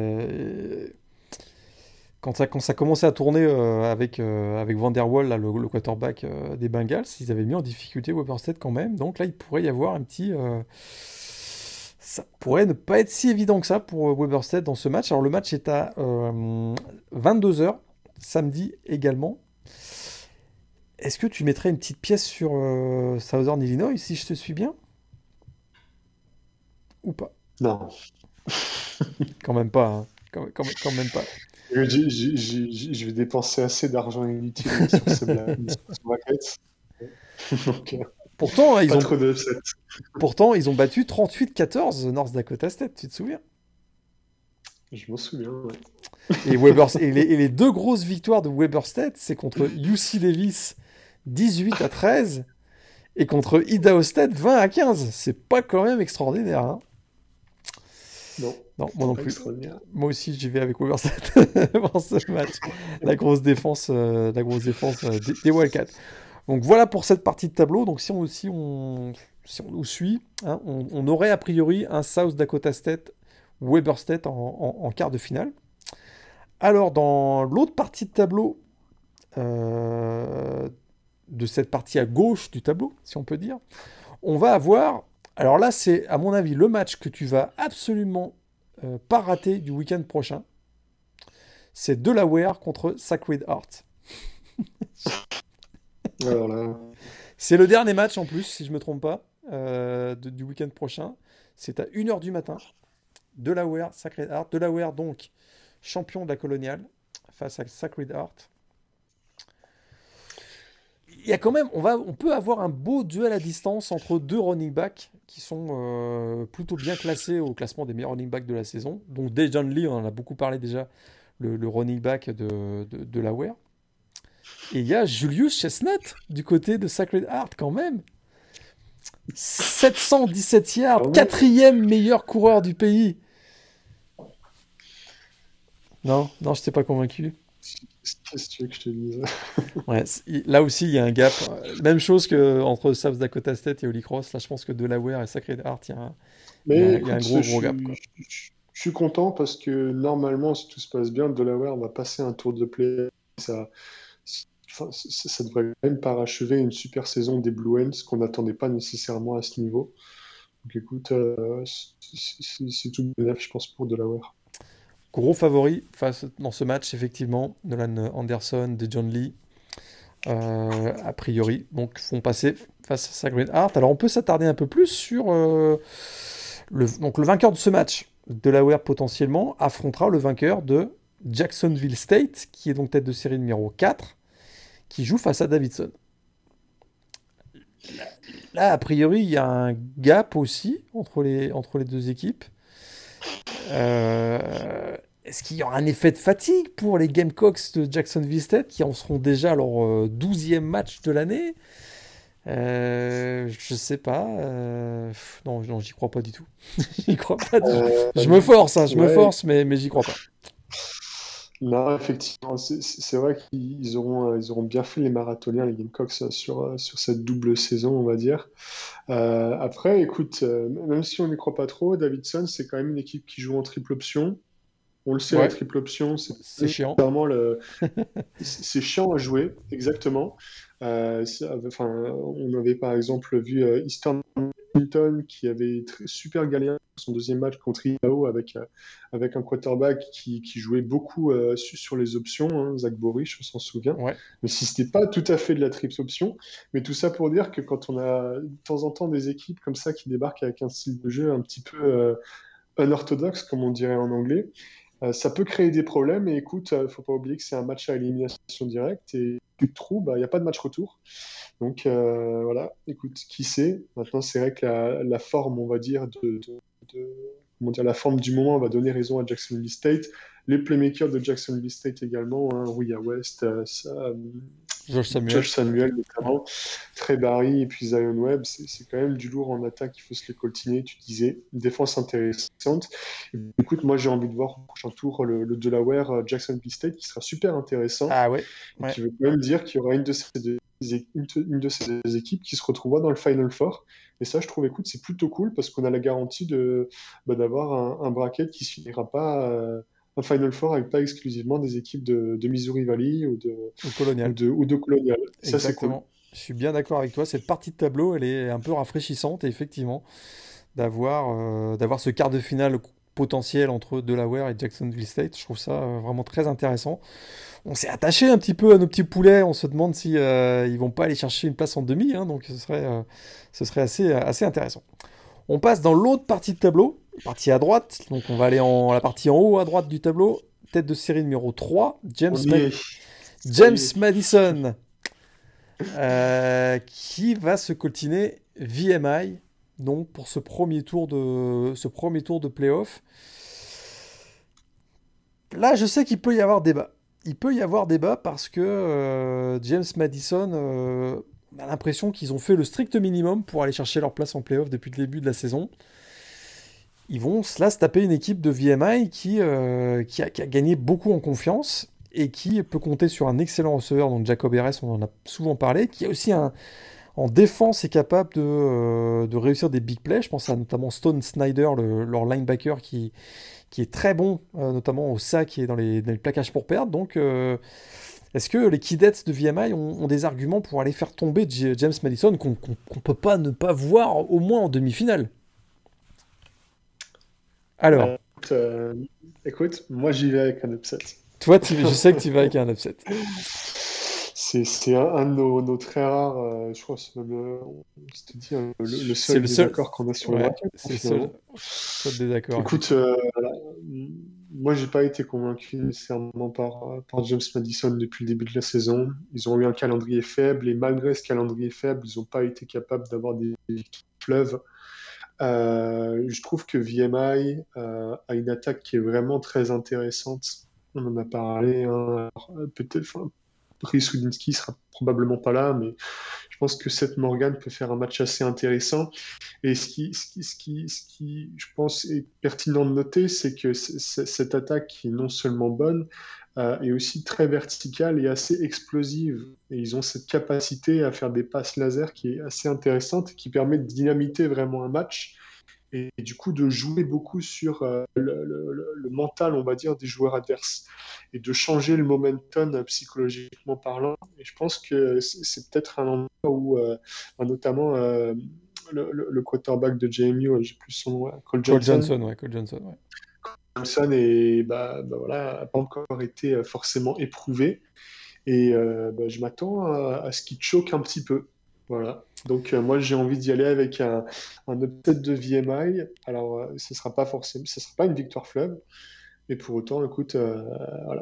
quand ça commençait à tourner avec Van Der Waal, là, le quarterback des Bengals, ils avaient mis en difficulté Weber State quand même. Donc là, il pourrait y avoir un petit. Ça pourrait ne pas être si évident que ça pour Weber State dans ce match. Alors le match est à 22h, samedi également. Est-ce que tu mettrais une petite pièce sur Southern Illinois, si je te suis bien? Ou pas? Non. Quand même pas, hein. Quand même pas. Je vais dépenser assez d'argent inutile sur ces blagues, sur ce bracket. Donc, Pourtant, Pas trop de upset. pourtant, ils ont battu 38-14 North Dakota State, tu te souviens? Je m'en souviens, ouais. Et les deux grosses victoires de Weber State, c'est contre UC Davis 18-13 et contre Idaho State 20-15. C'est pas quand même extraordinaire, hein? Non, Non, moi c'est non pas plus. extraordinaire. Moi aussi, j'y vais avec Weber State pour ce match. La grosse défense des Wildcats. Donc voilà pour cette partie de tableau. Donc si on nous suit, hein, on aurait a priori un South Dakota State, Weber State en quart de finale. Alors dans l'autre partie de tableau, euh, de cette partie à gauche du tableau, si on peut dire, on va avoir. Alors là, c'est à mon avis le match que tu vas absolument pas rater du week-end prochain. C'est Delaware contre Sacred Heart. Alors là, C'est le dernier match en plus, si je me trompe pas, du week-end prochain. C'est à 1h du matin. Delaware, Sacred Heart. Delaware, donc, champion de la coloniale, face à Sacred Heart. Il y a quand même, on peut avoir un beau duel à distance entre deux running backs qui sont plutôt bien classés au classement des meilleurs running backs de la saison. Donc, Dejon Lee, on en a beaucoup parlé déjà, le running back de Delaware. Et il y a Julius Chestnut du côté de Sacred Heart quand même. 717 yards, quand même. quatrième meilleur coureur du pays. Non, non, je t'ai pas convaincu. Qu'est-ce que tu veux que je te dise? Ouais, là aussi, il y a un gap. Même chose que entre South Dakota State et Holy Cross. Là, je pense que Delaware et Sacred Heart, Mais il y a un écoute, gros gap, quoi. je suis content parce que normalement, si tout se passe bien, Delaware va passer un tour de play. Ça, enfin, ça devrait quand même parachever une super saison des Blue Hens qu'on n'attendait pas nécessairement à ce niveau. Donc écoute, c'est tout bénef, je pense, pour Delaware. Gros favori dans ce match, effectivement. Nolan Anderson, Dejon Lee, a priori. Donc, font passer face à Sacred Heart. Alors, on peut s'attarder un peu plus sur donc, le vainqueur de ce match. Delaware, potentiellement, affrontera le vainqueur de Jacksonville State, qui est donc tête de série numéro 4, qui joue face à Davidson. Là, a priori, il y a un gap aussi entre les deux équipes. Est-ce qu'il y aura un effet de fatigue pour les Gamecocks de Jacksonville State qui en seront déjà à leur 12e match de l'année? Je sais pas. Non, non, j'y crois pas du tout. J'y crois pas du tout. Euh, Je me force, hein, je me ouais, force, mais j'y crois pas. non, effectivement, c'est vrai ils auront bien fait les marathoniens, les Gamecocks, sur cette double saison, on va dire. Après, écoute, même si on n'y croit pas trop, Davidson, c'est quand même une équipe qui joue en triple option. On le sait, la Ouais, triple option, c'est c'est chiant. vraiment c'est chiant à jouer, exactement. Enfin, on avait par exemple vu Eastern Washington qui avait super galéré son deuxième match contre Idaho avec un quarterback qui jouait beaucoup sur les options, hein, Zach Borish, on s'en souvient. Ouais. Mais si c'était pas tout à fait de la triple option, mais tout ça pour dire que quand on a de temps en temps des équipes comme ça qui débarquent avec un style de jeu un petit peu unorthodoxe, comme on dirait en anglais, ça peut créer des problèmes. Et écoute, faut pas oublier que c'est un match à élimination directe et tu te trouves, il n'y a pas de match retour. Donc voilà, écoute, qui sait? Maintenant, c'est vrai que la forme, on va dire, comment dire, la forme du moment va donner raison à Jacksonville State. Les playmakers de Jacksonville State également, hein, Ria West, Josh Samuel. Josh Samuel notamment, Trey Barry et puis Zion Webb, c'est quand même du lourd en attaque, il faut se les coltiner, tu disais, une défense intéressante. Et écoute, moi j'ai envie de voir au prochain tour le Delaware Jacksonville State qui sera super intéressant Ah ouais, et ouais. qui veut quand même dire qu'il y aura une de ces deux équipes qui se retrouvera dans le Final Four. Et ça, je trouve, écoute, c'est plutôt cool parce qu'on a la garantie d'avoir un bracket qui ne se finira pas un Final Four avec pas exclusivement des équipes de Missouri Valley Au colonial. ou de Colonial. Ça, c'est cool. Exactement. Je suis bien d'accord avec toi. Cette partie de tableau, elle est un peu rafraîchissante, et effectivement, d'avoir ce quart de finale potentiel entre Delaware et Jacksonville State. Je trouve ça vraiment très intéressant. On s'est attaché un petit peu à nos petits poulets. On se demande si ils vont pas aller chercher une place en demi, hein, donc ce serait assez intéressant. On passe dans l'autre partie de tableau, partie à droite. Donc on va aller en la partie en haut à droite du tableau. Tête de série numéro 3, On y est. Ça y James est. Madison. qui va se coltiner VMI donc pour ce premier tour de playoff. Là, je sais qu'il peut y avoir débat. Il peut y avoir débat parce que James Madison, on a l'impression qu'ils ont fait le strict minimum pour aller chercher leur place en playoff depuis le début de la saison. Ils vont là se taper une équipe de VMI qui a gagné beaucoup en confiance et qui peut compter sur un excellent receveur, donc Jacob Harris, on en a souvent parlé, qui est aussi en défense est capable de réussir des big plays. Je pense à notamment Stone Snyder, leur linebacker, qui est très bon, notamment au sac et dans les plaquages pour perdre. Donc, est-ce que les Kidettes de VMI ont des arguments pour aller faire tomber James Madison qu'on peut pas ne pas voir au moins en demi-finale? Alors, Écoute, écoute, moi j'y vais avec un upset. toi, je sais que tu vas avec un upset. C'est un de nos très rares, je crois, c'est même on s'était dit, le C'est seul le seul. désaccord qu'on a sur le Ouais, bracket, c'est le seul, finalement. seul désaccord, Écoute, effectivement. voilà, moi j'ai pas été convaincu nécessairement par James Madison depuis le début de la saison. Ils ont eu un calendrier faible et malgré ce calendrier faible, ils n'ont pas été capables d'avoir des victoires fleuves. Je trouve que VMI a une attaque qui est vraiment très intéressante. On en a parlé, hein. Alors, peut-être, enfin, Brice Houdinski sera probablement pas là, mais je pense que Seth Morgan peut faire un match assez intéressant. Et ce qui, je pense, est pertinent de noter, c'est que cette attaque qui est non seulement bonne, est aussi très verticale et assez explosive. Et ils ont cette capacité à faire des passes laser qui est assez intéressante et qui permet de dynamiter vraiment un match et du coup de jouer beaucoup sur le mental, on va dire, des joueurs adverses et de changer le momentum psychologiquement parlant. Et je pense que c'est peut-être un endroit où, notamment, le quarterback de JMU, j'ai plus son nom, Cole Cole Johnson, Johnson, ouais, Cole Johnson, ouais. Johnson et voilà, a pas encore été forcément éprouvé. Et je m'attends à ce qu'il choque un petit peu. Voilà. Donc moi j'ai envie d'y aller avec un upset de VMI. Alors ce sera pas forcément, ce sera pas une victoire fleuve, mais pour autant, écoute, voilà,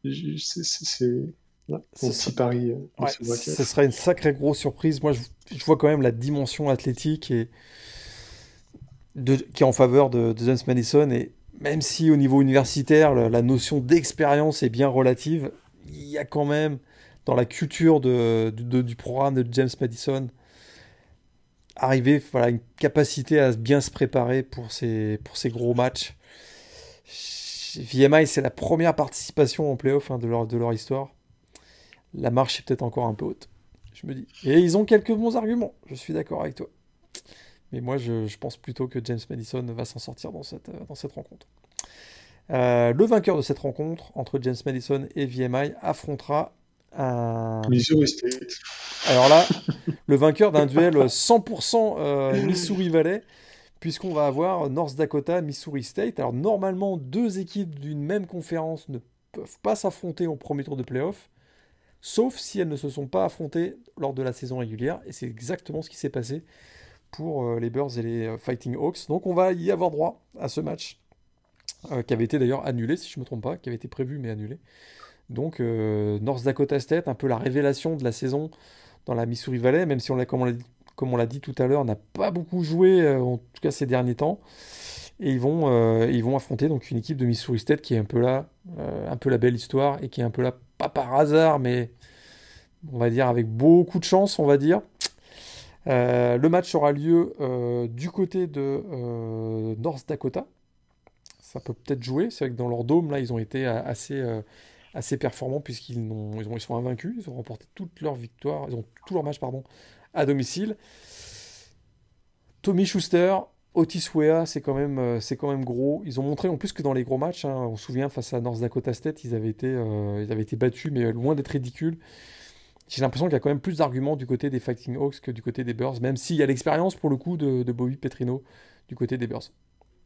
c'est ouais, mon Ce petit sera, pari de ouais, ce bracket. ce sera une sacrée grosse surprise. Moi, je vois quand même la dimension athlétique qui est en faveur de James Madison. Et même si au niveau universitaire, la notion d'expérience est bien relative, il y a quand même dans la culture du programme de James Madison arriver, voilà, une capacité à bien se préparer pour ces gros matchs. VMI, c'est la première participation en playoff, hein, de leur histoire. La marche est peut-être encore un peu haute, je me dis. Et ils ont quelques bons arguments, je suis d'accord avec toi. Mais moi, je pense plutôt que James Madison va s'en sortir dans cette rencontre. Le vainqueur de cette rencontre entre James Madison et VMI affrontera un. Missouri State. Alors là, le vainqueur d'un duel 100% Missouri Valley, puisqu'on va avoir North Dakota, Missouri State. Alors normalement, deux équipes d'une même conférence ne peuvent pas s'affronter au premier tour de playoff, sauf si elles ne se sont pas affrontées lors de la saison régulière. Et c'est exactement ce qui s'est passé pour les Bears et les Fighting Hawks. Donc on va y avoir droit à ce match, qui avait été d'ailleurs annulé, si je ne me trompe pas, qui avait été prévu mais annulé. Donc North Dakota State, un peu la révélation de la saison dans la Missouri Valley, même si comme on l'a dit tout à l'heure, n'a pas beaucoup joué, en tout cas ces derniers temps. Et ils vont affronter donc une équipe de Missouri State qui est un peu là, un peu la belle histoire, et qui est un peu là, pas par hasard, mais on va dire avec beaucoup de chance, on va dire. Le match aura lieu du côté de North Dakota. Ça peut peut-être jouer. C'est vrai que dans leur dôme, là, ils ont été assez performants puisqu'ils sont invaincus. Ils ont remporté toutes leurs victoires, ils ont tous leurs matchs, pardon, à domicile. Tommy Schuster, Otis Weah, c'est quand même gros. Ils ont montré en plus que dans les gros matchs, hein, on se souvient face à North Dakota State, ils avaient été battus, mais loin d'être ridicules. J'ai l'impression qu'il y a quand même plus d'arguments du côté des Fighting Hawks que du côté des Bears, même s'il y a l'expérience pour le coup de Bobby Petrino du côté des Bears.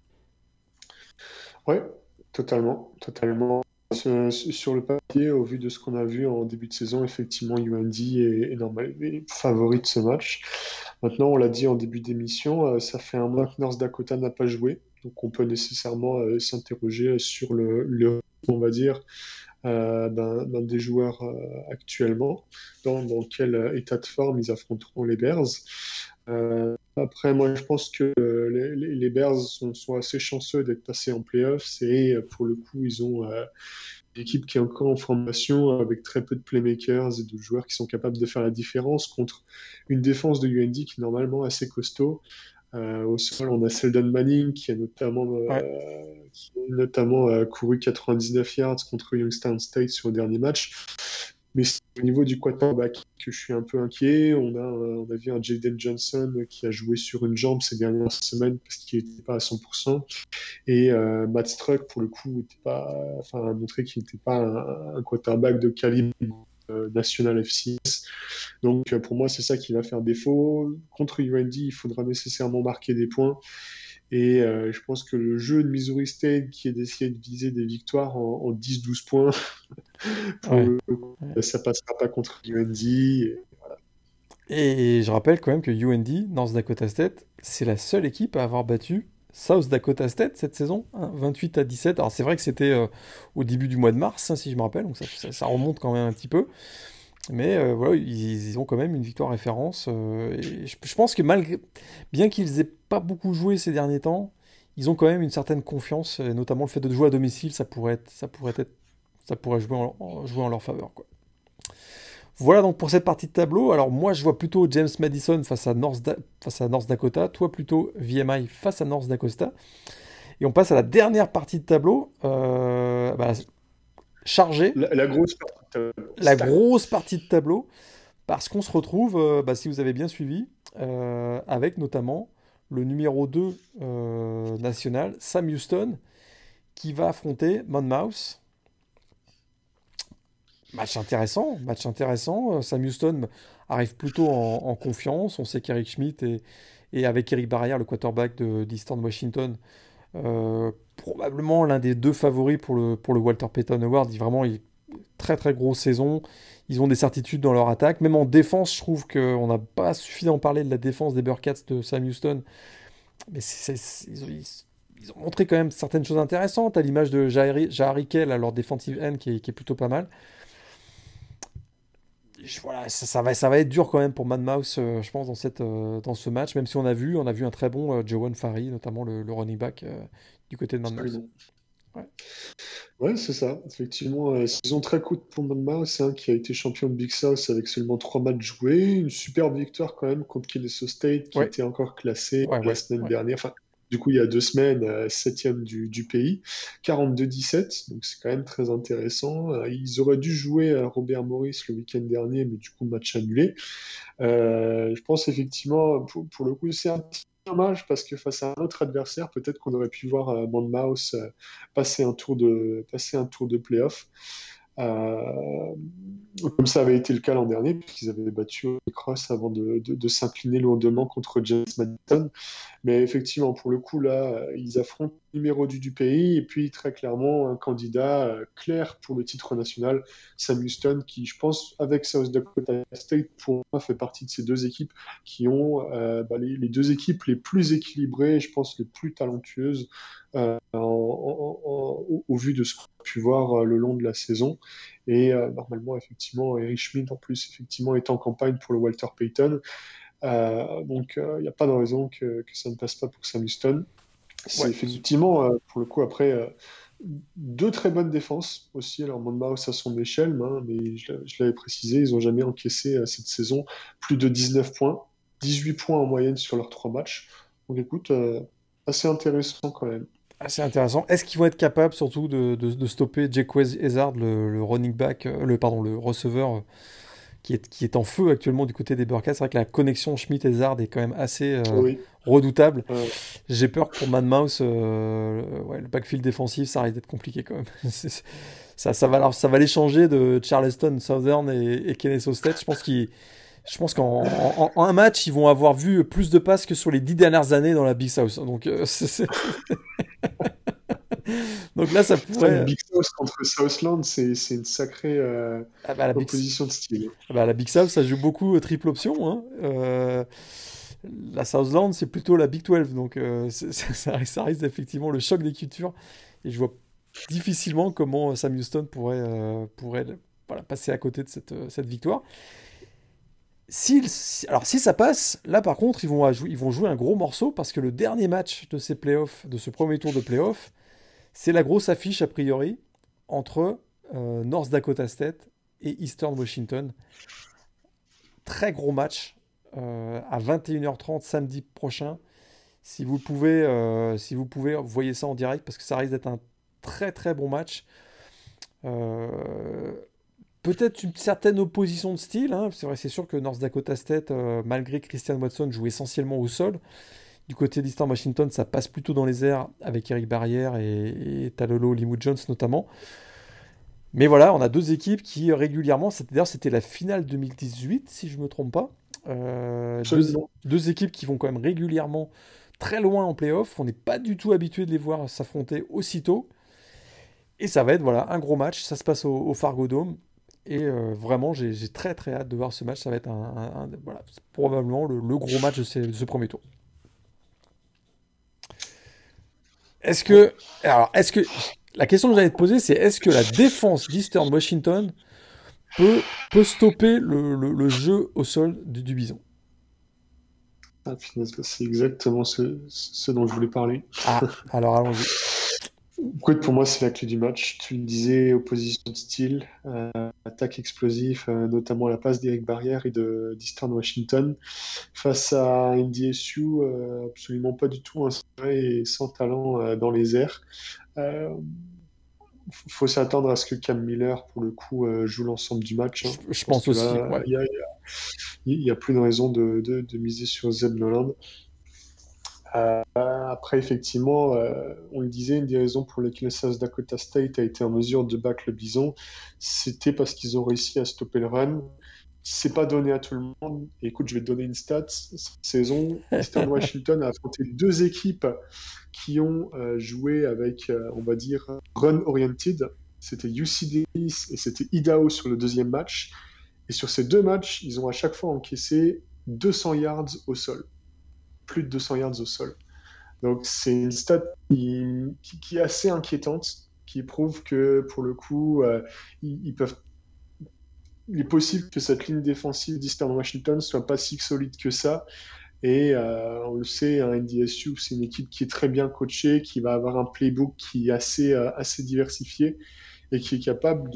Ouais, totalement, totalement. Sur le papier, au vu de ce qu'on a vu en début de saison, effectivement, UND est normalement favori de ce match. Maintenant, on l'a dit en début d'émission, ça fait un mois que North Dakota n'a pas joué, donc on peut nécessairement s'interroger sur le rythme, on va dire, d'un des joueurs actuellement, dans quel état de forme ils affronteront les Bears. Après, moi, je pense que les Bears sont assez chanceux d'être passés en playoffs et pour le coup, ils ont une équipe qui est encore en formation avec très peu de playmakers et de joueurs qui sont capables de faire la différence contre une défense de UND qui est normalement assez costaud. Au sol, on a Seldon Manning Ouais. qui a notamment couru 99 yards contre Youngstown State sur le dernier match. Mais c'est au niveau du quarterback que je suis un peu inquiet. On a vu un Jaden Johnson qui a joué sur une jambe ces dernières semaines parce qu'il n'était pas à 100%. Et Matt Struck, pour le coup, a montré qu'il n'était pas un quarterback de calibre national FCS. Donc pour moi, c'est ça qui va faire défaut. Contre UND, il faudra nécessairement marquer des points. Et je pense que le jeu de Missouri State, qui est d'essayer de viser des victoires en 10-12 points, pour Ouais. le coup, Ouais. ça passera pas contre UND. Et je rappelle quand même que UND, North Dakota State, c'est la seule équipe à avoir battu South Dakota State cette saison, hein, 28-17. Alors c'est vrai que c'était au début du mois de mars, hein, si je me rappelle, donc ça remonte quand même un petit peu. Mais voilà, ils ont quand même une victoire référence. Et je pense que bien qu'ils aient pas beaucoup joué ces derniers temps, ils ont quand même une certaine confiance, et notamment le fait de jouer à domicile, ça pourrait jouer en leur faveur, quoi. Voilà donc pour cette partie de tableau. Alors moi je vois plutôt James Madison face à North Dakota, toi plutôt VMI face à North Dakota. Et on passe à la dernière partie de tableau, chargée, La grosse partie, la stack. grosse partie de tableau, parce qu'on se retrouve, si vous avez bien suivi, avec notamment le numéro 2 national, Sam Houston, qui va affronter Monmouth. Match intéressant. Sam Houston arrive plutôt en confiance. On sait qu'Eric Schmidt et avec Eric Barrière, le quarterback d'Eastern Washington, probablement l'un des deux favoris pour le Walter Payton Award. Très très grosse saison. Ils ont des certitudes dans leur attaque. Même en défense, je trouve qu'on n'a pas suffisamment parlé de la défense des Bearcats de Sam Houston. Mais ils ont montré quand même certaines choses intéressantes, à l'image de Jahari Kell, leur defensive end, qui est plutôt pas mal. Voilà, ça va être dur quand même pour Mad Mouse, je pense, dans ce match, même si on a vu un très bon Jowan Farry, notamment le running back du côté de Mad Mouse. Absolument. Ouais. Ouais, c'est ça. Effectivement, saison très courte pour Monmouth, hein, qui a été champion de Big South avec seulement 3 matchs joués. Une superbe victoire quand même contre Kennesaw State, qui Ouais, était encore classé ouais, la ouais, semaine ouais. dernière. Enfin, du coup, il y a 2 semaines, septième du pays. 42-17, donc c'est quand même très intéressant. Ils auraient dû jouer à Robert Morris le week-end dernier, mais du coup, match annulé. Je pense effectivement, pour le coup, c'est un petit peu dommage parce que face à un autre adversaire, peut-être qu'on aurait pu voir Monmouth passer un tour de playoff. Euh, Comme ça avait été le cas l'an dernier, puisqu'ils avaient battu Holy Cross avant de s'incliner lourdement contre James Madison. Mais effectivement, pour le coup, là, ils affrontent le numéro du pays et puis très clairement un candidat clair pour le titre national, Sam Houston, qui, je pense, avec South Dakota State, pour moi, fait partie de ces deux équipes qui ont les deux équipes les plus équilibrées, je pense, les plus talentueuses au vu de ce qu'on a pu voir le long de la saison. Et normalement, effectivement, Eric Schmidt, en plus, effectivement, est en campagne pour le Walter Payton. Donc, il n'y a pas de raison que ça ne passe pas pour Sam Houston. C'est Ouais. effectivement, pour le coup, après, deux très bonnes défenses aussi. Alors, Monmouth à son échelle, hein, mais je l'avais précisé, ils n'ont jamais encaissé cette saison plus de 19 points, 18 points en moyenne sur leurs 3 matchs. Donc, écoute, assez intéressant quand même. Assez intéressant. Est-ce qu'ils vont être capables surtout de stopper Jake Hazard, le running back, le receveur qui est en feu actuellement du côté des Burkats? C'est vrai que la connexion Schmidt-Hazard est quand même assez Oui, redoutable. euh, J'ai peur que pour Mad Mouse, ouais, le backfield défensif, ça risque d'être compliqué quand même. Ça va les changer de Charleston, Southern et Kennesaw State. Je pense qu'en un match, ils vont avoir vu plus de passes que sur les 10 dernières années dans la Big South. Donc, donc là, ça putain, une pourrait. Big South contre Southland, c'est une sacrée Ah bah, opposition de style. ah bah, la Big South, ça joue beaucoup triple option, hein. La Southland, c'est plutôt la Big 12. Donc, ça risque effectivement le choc des cultures. Et je vois difficilement comment Sam Houston pourrait voilà, passer à côté de cette victoire. Alors si ça passe, là par contre ils vont jouer un gros morceau parce que le dernier match de ces playoffs, de ce premier tour de playoffs, c'est la grosse affiche a priori entre North Dakota State et Eastern Washington. Très gros match à 21h30 samedi prochain. Si vous pouvez, vous voyez ça en direct parce que ça risque d'être un très très bon match. Euh, Peut-être une certaine opposition de style, hein. C'est vrai, c'est sûr que North Dakota State, malgré Christian Watson, joue essentiellement au sol. Du côté d'Eastern Washington, ça passe plutôt dans les airs avec Eric Barrière et Talolo Limou Jones notamment. Mais voilà, on a deux équipes qui régulièrement, d'ailleurs c'était la finale 2018 si je ne me trompe pas. Deux équipes qui vont quand même régulièrement très loin en playoff. On n'est pas du tout habitué de les voir s'affronter aussitôt. Et ça va être voilà, un gros match. Ça se passe au Fargo Dome. Et vraiment, j'ai très très hâte de voir ce match. Ça va être voilà, probablement le gros match de ce premier tour. Est-ce que, est-ce que la question que j'allais te poser, c'est est-ce que la défense d'Eastern Washington peut stopper le jeu au sol du Bison? Ah, finesse, c'est exactement ce dont je voulais parler. Ah, alors allons-y. Écoute, pour moi, c'est la clé du match. Tu le disais, opposition de style, attaque explosive, notamment la passe d'Eric Barrière et d'Eastern Washington, face à un NDSU absolument pas du tout inspiré et sans talent dans les airs. Euh, faut s'attendre à ce que Cam Miller, pour le coup, joue l'ensemble du match, hein. Je Je pense pense que aussi, là, ouais. il y a plus de raison de miser sur Zeb Noland. Après, effectivement, on le disait, une des raisons pour lesquelles South Dakota State a été en mesure de battre le Bison, c'était parce qu'ils ont réussi à stopper le run. C'est pas donné à tout le monde. Et écoute, je vais te donner une stat. Cette saison, Eastern Washington a affronté deux équipes qui ont joué avec, on va dire, run-oriented. C'était UC Davis et c'était Idaho sur le deuxième match. Et sur ces deux matchs, ils ont à chaque fois encaissé 200 yards au sol. Plus de 200 yards au sol. Donc c'est une stat qui est assez inquiétante, qui prouve que pour le coup, ils peuvent. Il est possible que cette ligne défensive d'Eastern Washington soit pas si solide que ça. Et on le sait, un NDSU, c'est une équipe qui est très bien coachée, qui va avoir un playbook qui est assez diversifié et qui est capable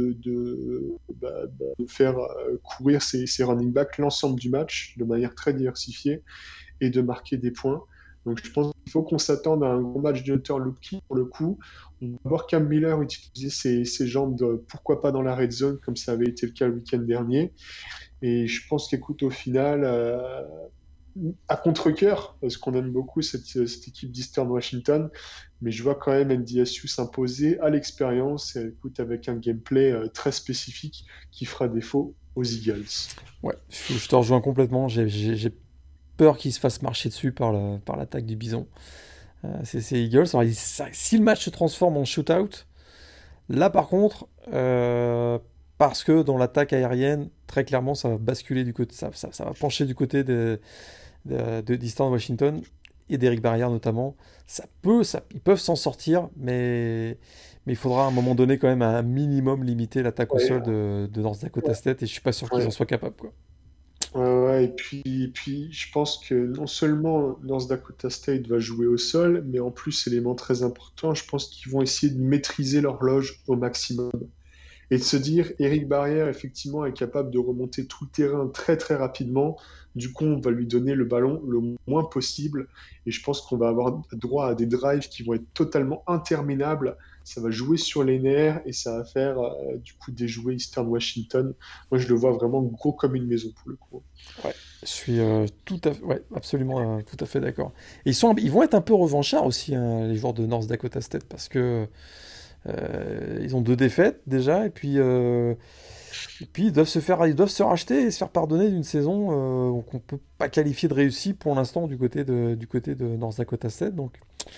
de faire courir ses running backs l'ensemble du match de manière très diversifiée et de marquer des points. Donc je pense qu'il faut qu'on s'attende à un gros match de Hunter Luepke pour le coup. On va voir Cam Miller utiliser ses jambes, pourquoi pas dans la red zone, comme ça avait été le cas le week-end dernier. Et je pense qu'écoute, au final, à contre-cœur, parce qu'on aime beaucoup cette équipe d'Eastern Washington, mais je vois quand même NDSU s'imposer à l'expérience, et écoute, avec un gameplay très spécifique qui fera défaut aux Eagles. Ouais, je te rejoins complètement. J'ai peur qu'ils se fassent marcher dessus par l'attaque du Bison. C'est Eagles. Alors, si le match se transforme en shootout, là par contre, parce que dans l'attaque aérienne, très clairement, ça va basculer du côté, ça va pencher du côté d'Eastern Washington et d'Eric Barrière notamment. Ils peuvent s'en sortir, mais il faudra à un moment donné quand même un minimum limiter l'attaque au Ouais, sol de North Dakota State et je suis pas sûr qu'ils en ouais. soient capables, quoi. Ouais, et puis, je pense que non seulement North Dakota State va jouer au sol, mais en plus, élément très important, je pense qu'ils vont essayer de maîtriser l'horloge au maximum. Et de se dire, Eric Barrière, effectivement, est capable de remonter tout le terrain très très rapidement. Du coup, on va lui donner le ballon le moins possible. Et je pense qu'on va avoir droit à des drives qui vont être totalement interminables. Ça va jouer sur les nerfs et ça va faire du coup déjouer Eastern Washington. Moi, je le vois vraiment gros comme une maison pour le coup. Ouais, je suis ouais, absolument tout à fait d'accord. Et ils vont être un peu revanchards aussi, hein, les joueurs de North Dakota State, parce que ils ont deux défaites déjà, et puis ils doivent se racheter et se faire pardonner d'une saison qu'on peut pas qualifier de réussie pour l'instant du côté de North Dakota State. Donc,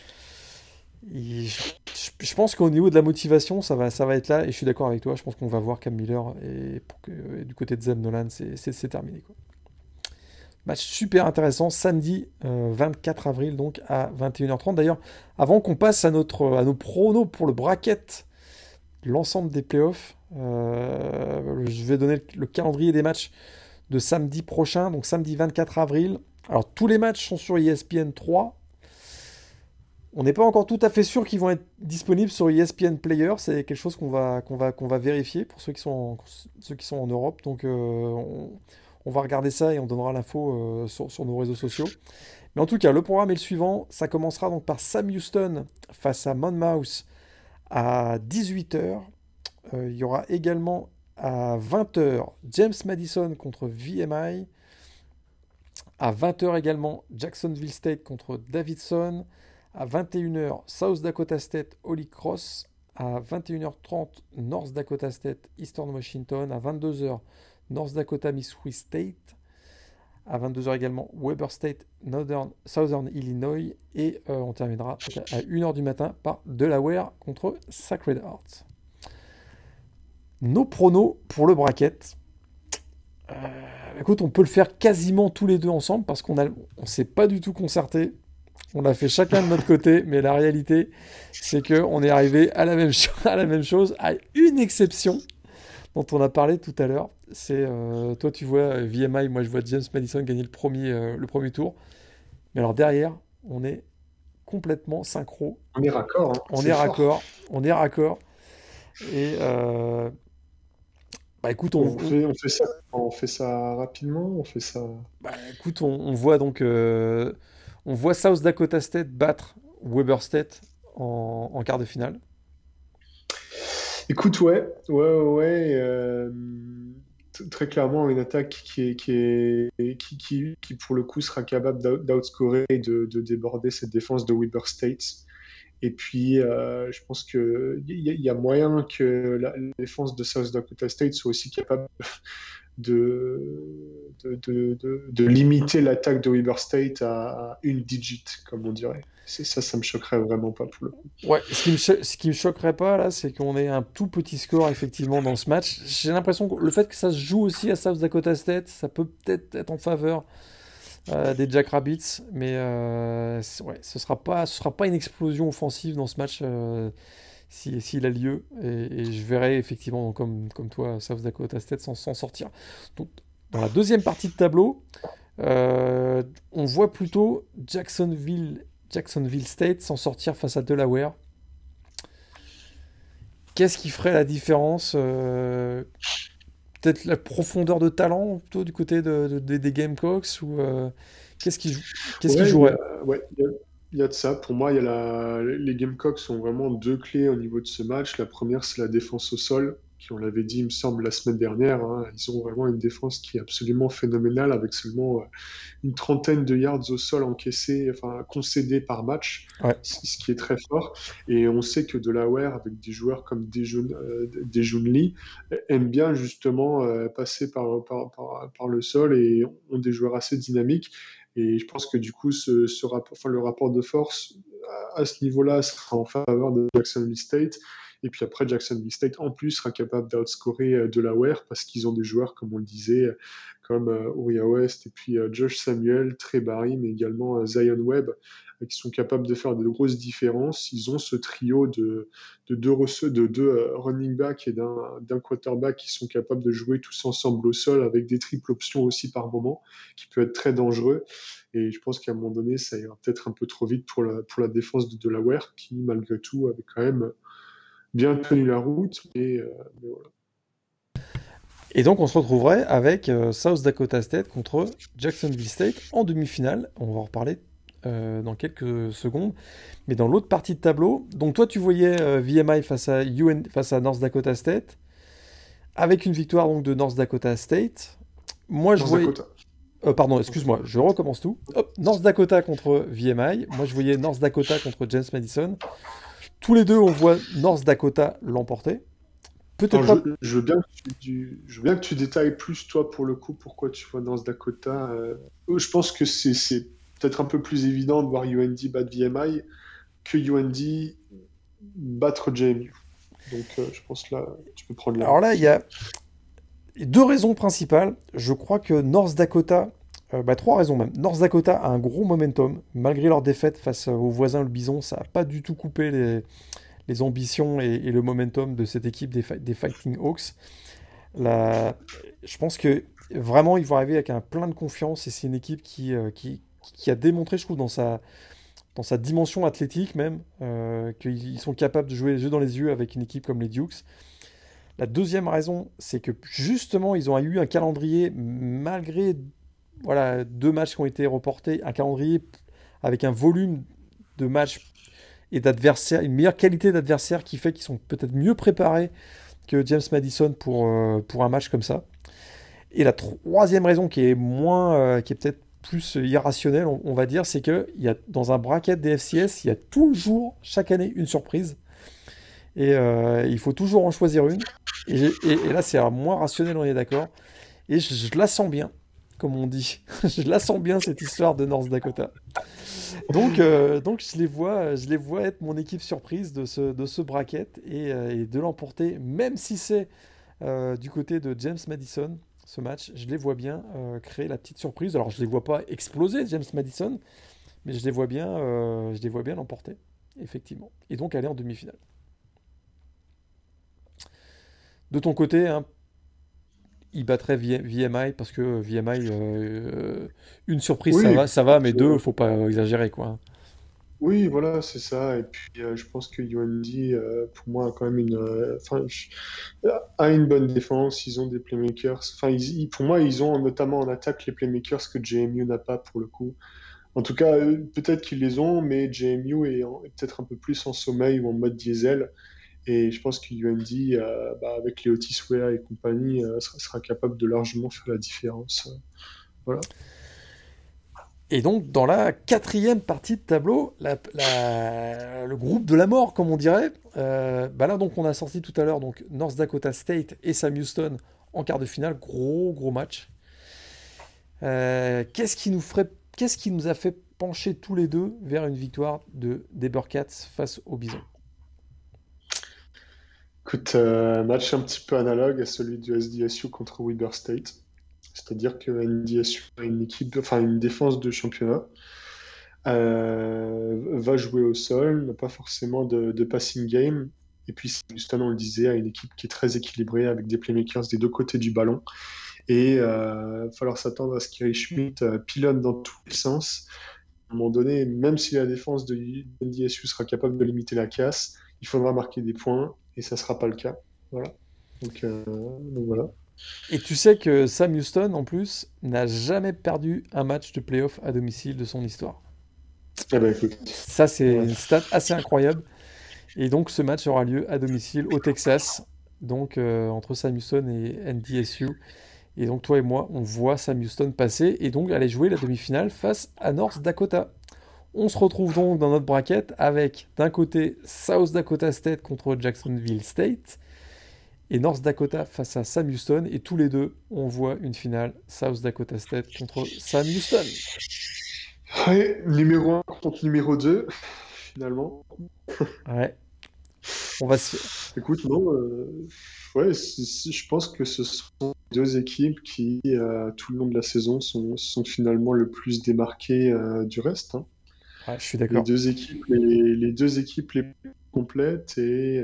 je pense qu'au niveau de la motivation, ça va être là. Et je suis d'accord avec toi. Je pense qu'on va voir Cam Miller et du côté de Zeb Nolan, c'est terminé, quoi. Match super intéressant, samedi 24 avril, donc à 21h30. D'ailleurs, avant qu'on passe à nos pronos pour le bracket, l'ensemble des playoffs, je vais donner le calendrier des matchs de samedi prochain, donc samedi 24 avril. Alors, tous les matchs sont sur ESPN 3. On n'est pas encore tout à fait sûr qu'ils vont être disponibles sur ESPN Player. C'est quelque chose qu'on va vérifier pour ceux qui sont en Europe. Donc, on va regarder ça et on donnera l'info sur nos réseaux sociaux. Mais en tout cas, le programme est le suivant. Ça commencera donc par Sam Houston face à Monmouth à 18h. Il y aura également à 20h James Madison contre VMI. À 20h également Jacksonville State contre Davidson. À 21h South Dakota State Holy Cross. À 21h30 North Dakota State Eastern Washington. À 22h North Dakota Missouri State. À 22h également Weber State Southern Illinois. Et on terminera à 1h du matin par Delaware contre Sacred Heart. Nos pronos pour le bracket. Écoute, on peut le faire quasiment tous les deux ensemble parce on s'est pas du tout concerté. On a fait chacun de notre côté, mais la réalité, c'est qu'on est arrivé à la même chose, à une exception dont on a parlé tout à l'heure. C'est toi, tu vois VMI, moi je vois James Madison gagner le premier tour. Mais alors derrière, on est complètement synchro. On est raccord, hein. On C'est est fort. raccord. On est raccord. Et bah écoute, On fait ça rapidement, on fait ça. écoute, on voit donc on voit South Dakota State battre Weber State en quart de finale. Écoute, ouais. Très clairement, une attaque qui, pour le coup, sera capable d'outscorer et de déborder cette défense de Weber State. Et puis, je pense qu'il y a moyen que la défense de South Dakota State soit aussi capable de limiter l'attaque de Weber State à une digit, comme on dirait. Ça me choquerait vraiment pas pour le coup. Ouais, ce qui me choquerait pas là, c'est qu'on ait un tout petit score effectivement dans ce match. J'ai l'impression que le fait que ça se joue aussi à South Dakota State, ça peut peut-être être en faveur des Jackrabbits, mais ouais, ce sera pas une explosion offensive dans ce match s'il a lieu. Et je verrai effectivement, comme toi, South Dakota State s'en sortir. Donc, dans la deuxième partie de tableau, on voit plutôt Jacksonville State s'en sortir face à Delaware. Qu'est-ce qui ferait la différence peut-être la profondeur de talent plutôt du côté des Gamecocks ou qu'est-ce qui, qu'est-ce qui Ouais, jouerait? il y a de ça. Pour moi, les Gamecocks ont vraiment deux clés au niveau de ce match. La première, c'est la défense au sol, qui, on l'avait dit, il me semble, la semaine dernière, hein. Ils ont vraiment une défense qui est absolument phénoménale, avec seulement une trentaine de yards au sol encaissés, enfin concédés par match, Ouais. ce qui est très fort. Et on sait que Delaware, avec des joueurs comme Dejun Lee, aime bien justement passer par le sol et ont des joueurs assez dynamiques. Et je pense que du coup, le rapport de force à ce niveau-là sera en faveur de Jacksonville State. Et puis après, Jacksonville State, en plus, sera capable d'outscorer Delaware parce qu'ils ont des joueurs, comme on le disait, comme Uriah West et puis Josh Samuel, Trey Barry, mais également Zion Webb, qui sont capables de faire de grosses différences. Ils ont ce trio de deux running backs et d'un quarterback qui sont capables de jouer tous ensemble au sol avec des triples options aussi par moment, qui peut être très dangereux. Et je pense qu'à un moment donné, ça ira peut-être un peu trop vite pour la défense de Delaware, qui, malgré tout, avait quand même bien tenu la route. Mais voilà. Et donc on se retrouverait avec South Dakota State contre Jacksonville State en demi-finale. On va en reparler dans quelques secondes. Mais dans l'autre partie de tableau, donc toi tu voyais VMI face à North Dakota State, avec une victoire donc de North Dakota State. Moi je North voyais... Dakota. Pardon, North excuse-moi, Dakota. je recommence tout. Hop, North Dakota contre VMI. Moi je voyais North Dakota contre James Madison. Tous les deux on voit North Dakota l'emporter. Peut-être Alors, pas... je veux bien que tu détailles plus, toi, pour le coup, pourquoi tu vois North Dakota. Je pense que c'est peut-être un peu plus évident de voir UND battre VMI que UND battre JMU. Donc, je pense là, tu peux prendre la Alors main. là, il y a deux raisons principales. Je crois que North Dakota Trois raisons même. North Dakota a un gros momentum. Malgré leur défaite face aux voisins, le Bison, ça n'a pas du tout coupé les ambitions et le momentum de cette équipe des Fighting Hawks. La- Je pense que vraiment, ils vont arriver avec un plein de confiance et c'est une équipe qui a démontré, je trouve, dans sa dimension athlétique même, qu'ils sont capables de jouer les yeux dans les yeux avec une équipe comme les Dukes. La deuxième raison, c'est que justement, ils ont eu un calendrier, malgré voilà, 2 matchs qui ont été reportés, un calendrier avec un volume de matchs et d'adversaires, une meilleure qualité d'adversaires qui fait qu'ils sont peut-être mieux préparés que James Madison pour un match comme ça. Et la troisième raison qui est qui est peut-être plus irrationnelle, on va dire, c'est que dans un bracket des FCS, il y a toujours, chaque année, une surprise. Et il faut toujours en choisir une. Et là, c'est moins rationnel, on est d'accord. Et je la sens bien, comme on dit. Je la sens bien, cette histoire de North Dakota. Donc je les vois être mon équipe surprise de ce bracket et de l'emporter, même si c'est du côté de James Madison, ce match. Je les vois bien créer la petite surprise. Alors, je les vois pas exploser, James Madison, mais je les vois bien l'emporter, effectivement. Et donc aller en demi-finale. De ton côté, hein, il battrait VMI parce que VMI, une surprise, Oui, ça va, mais écoute, deux, faut pas exagérer, quoi. oui, voilà, c'est ça. Et puis, je pense que UND, pour moi, a quand même a une bonne défense. Ils ont des playmakers. Enfin, pour moi, ils ont notamment en attaque les playmakers que JMU n'a pas pour le coup. En tout cas, peut-être qu'ils les ont, mais JMU est peut-être un peu plus en sommeil ou en mode diesel. Et je pense que UND, avec les Otis Weah et compagnie, sera capable de largement faire la différence. Voilà. Et donc, dans la quatrième partie de tableau, le groupe de la mort, comme on dirait, là, donc, on a sorti tout à l'heure donc North Dakota State et Sam Houston en quart de finale. Gros, gros match. Qu'est-ce qui nous a fait pencher tous les deux vers une victoire des Bearcats face aux Bisons? Écoute, match un petit peu analogue à celui du SDSU contre Weber State. C'est-à-dire que NDSU a une équipe, enfin une défense de championnat, va jouer au sol, n'a pas forcément de passing game. Et puis Houston, on le disait, a une équipe qui est très équilibrée avec des playmakers des deux côtés du ballon. Et il va falloir s'attendre à ce qu'Eric Schmidt pilonne dans tous les sens. À un moment donné, même si la défense de NDSU sera capable de limiter la casse, il faudra marquer des points et ça ne sera pas le cas. Voilà. Donc voilà. Et tu sais que Sam Houston, en plus, n'a jamais perdu un match de playoff à domicile de son histoire. Eh ben écoute, Ça, c'est ouais. une stat assez incroyable. Et donc, ce match aura lieu à domicile au Texas, donc entre Sam Houston et NDSU. Et donc, toi et moi, on voit Sam Houston passer et donc aller jouer la demi-finale face à North Dakota. On se retrouve donc dans notre bracket avec d'un côté South Dakota State contre Jacksonville State et North Dakota face à Sam Houston. Et tous les deux, on voit une finale South Dakota State contre Sam Houston. Ouais, numéro un contre numéro 2 finalement. Ouais, on va se... Écoute, non, ouais, je pense que ce sont deux équipes qui, tout le long de la saison, sont finalement le plus démarquées du reste, hein. Ouais, je suis Les d'accord. deux équipes, les deux équipes les plus complètes et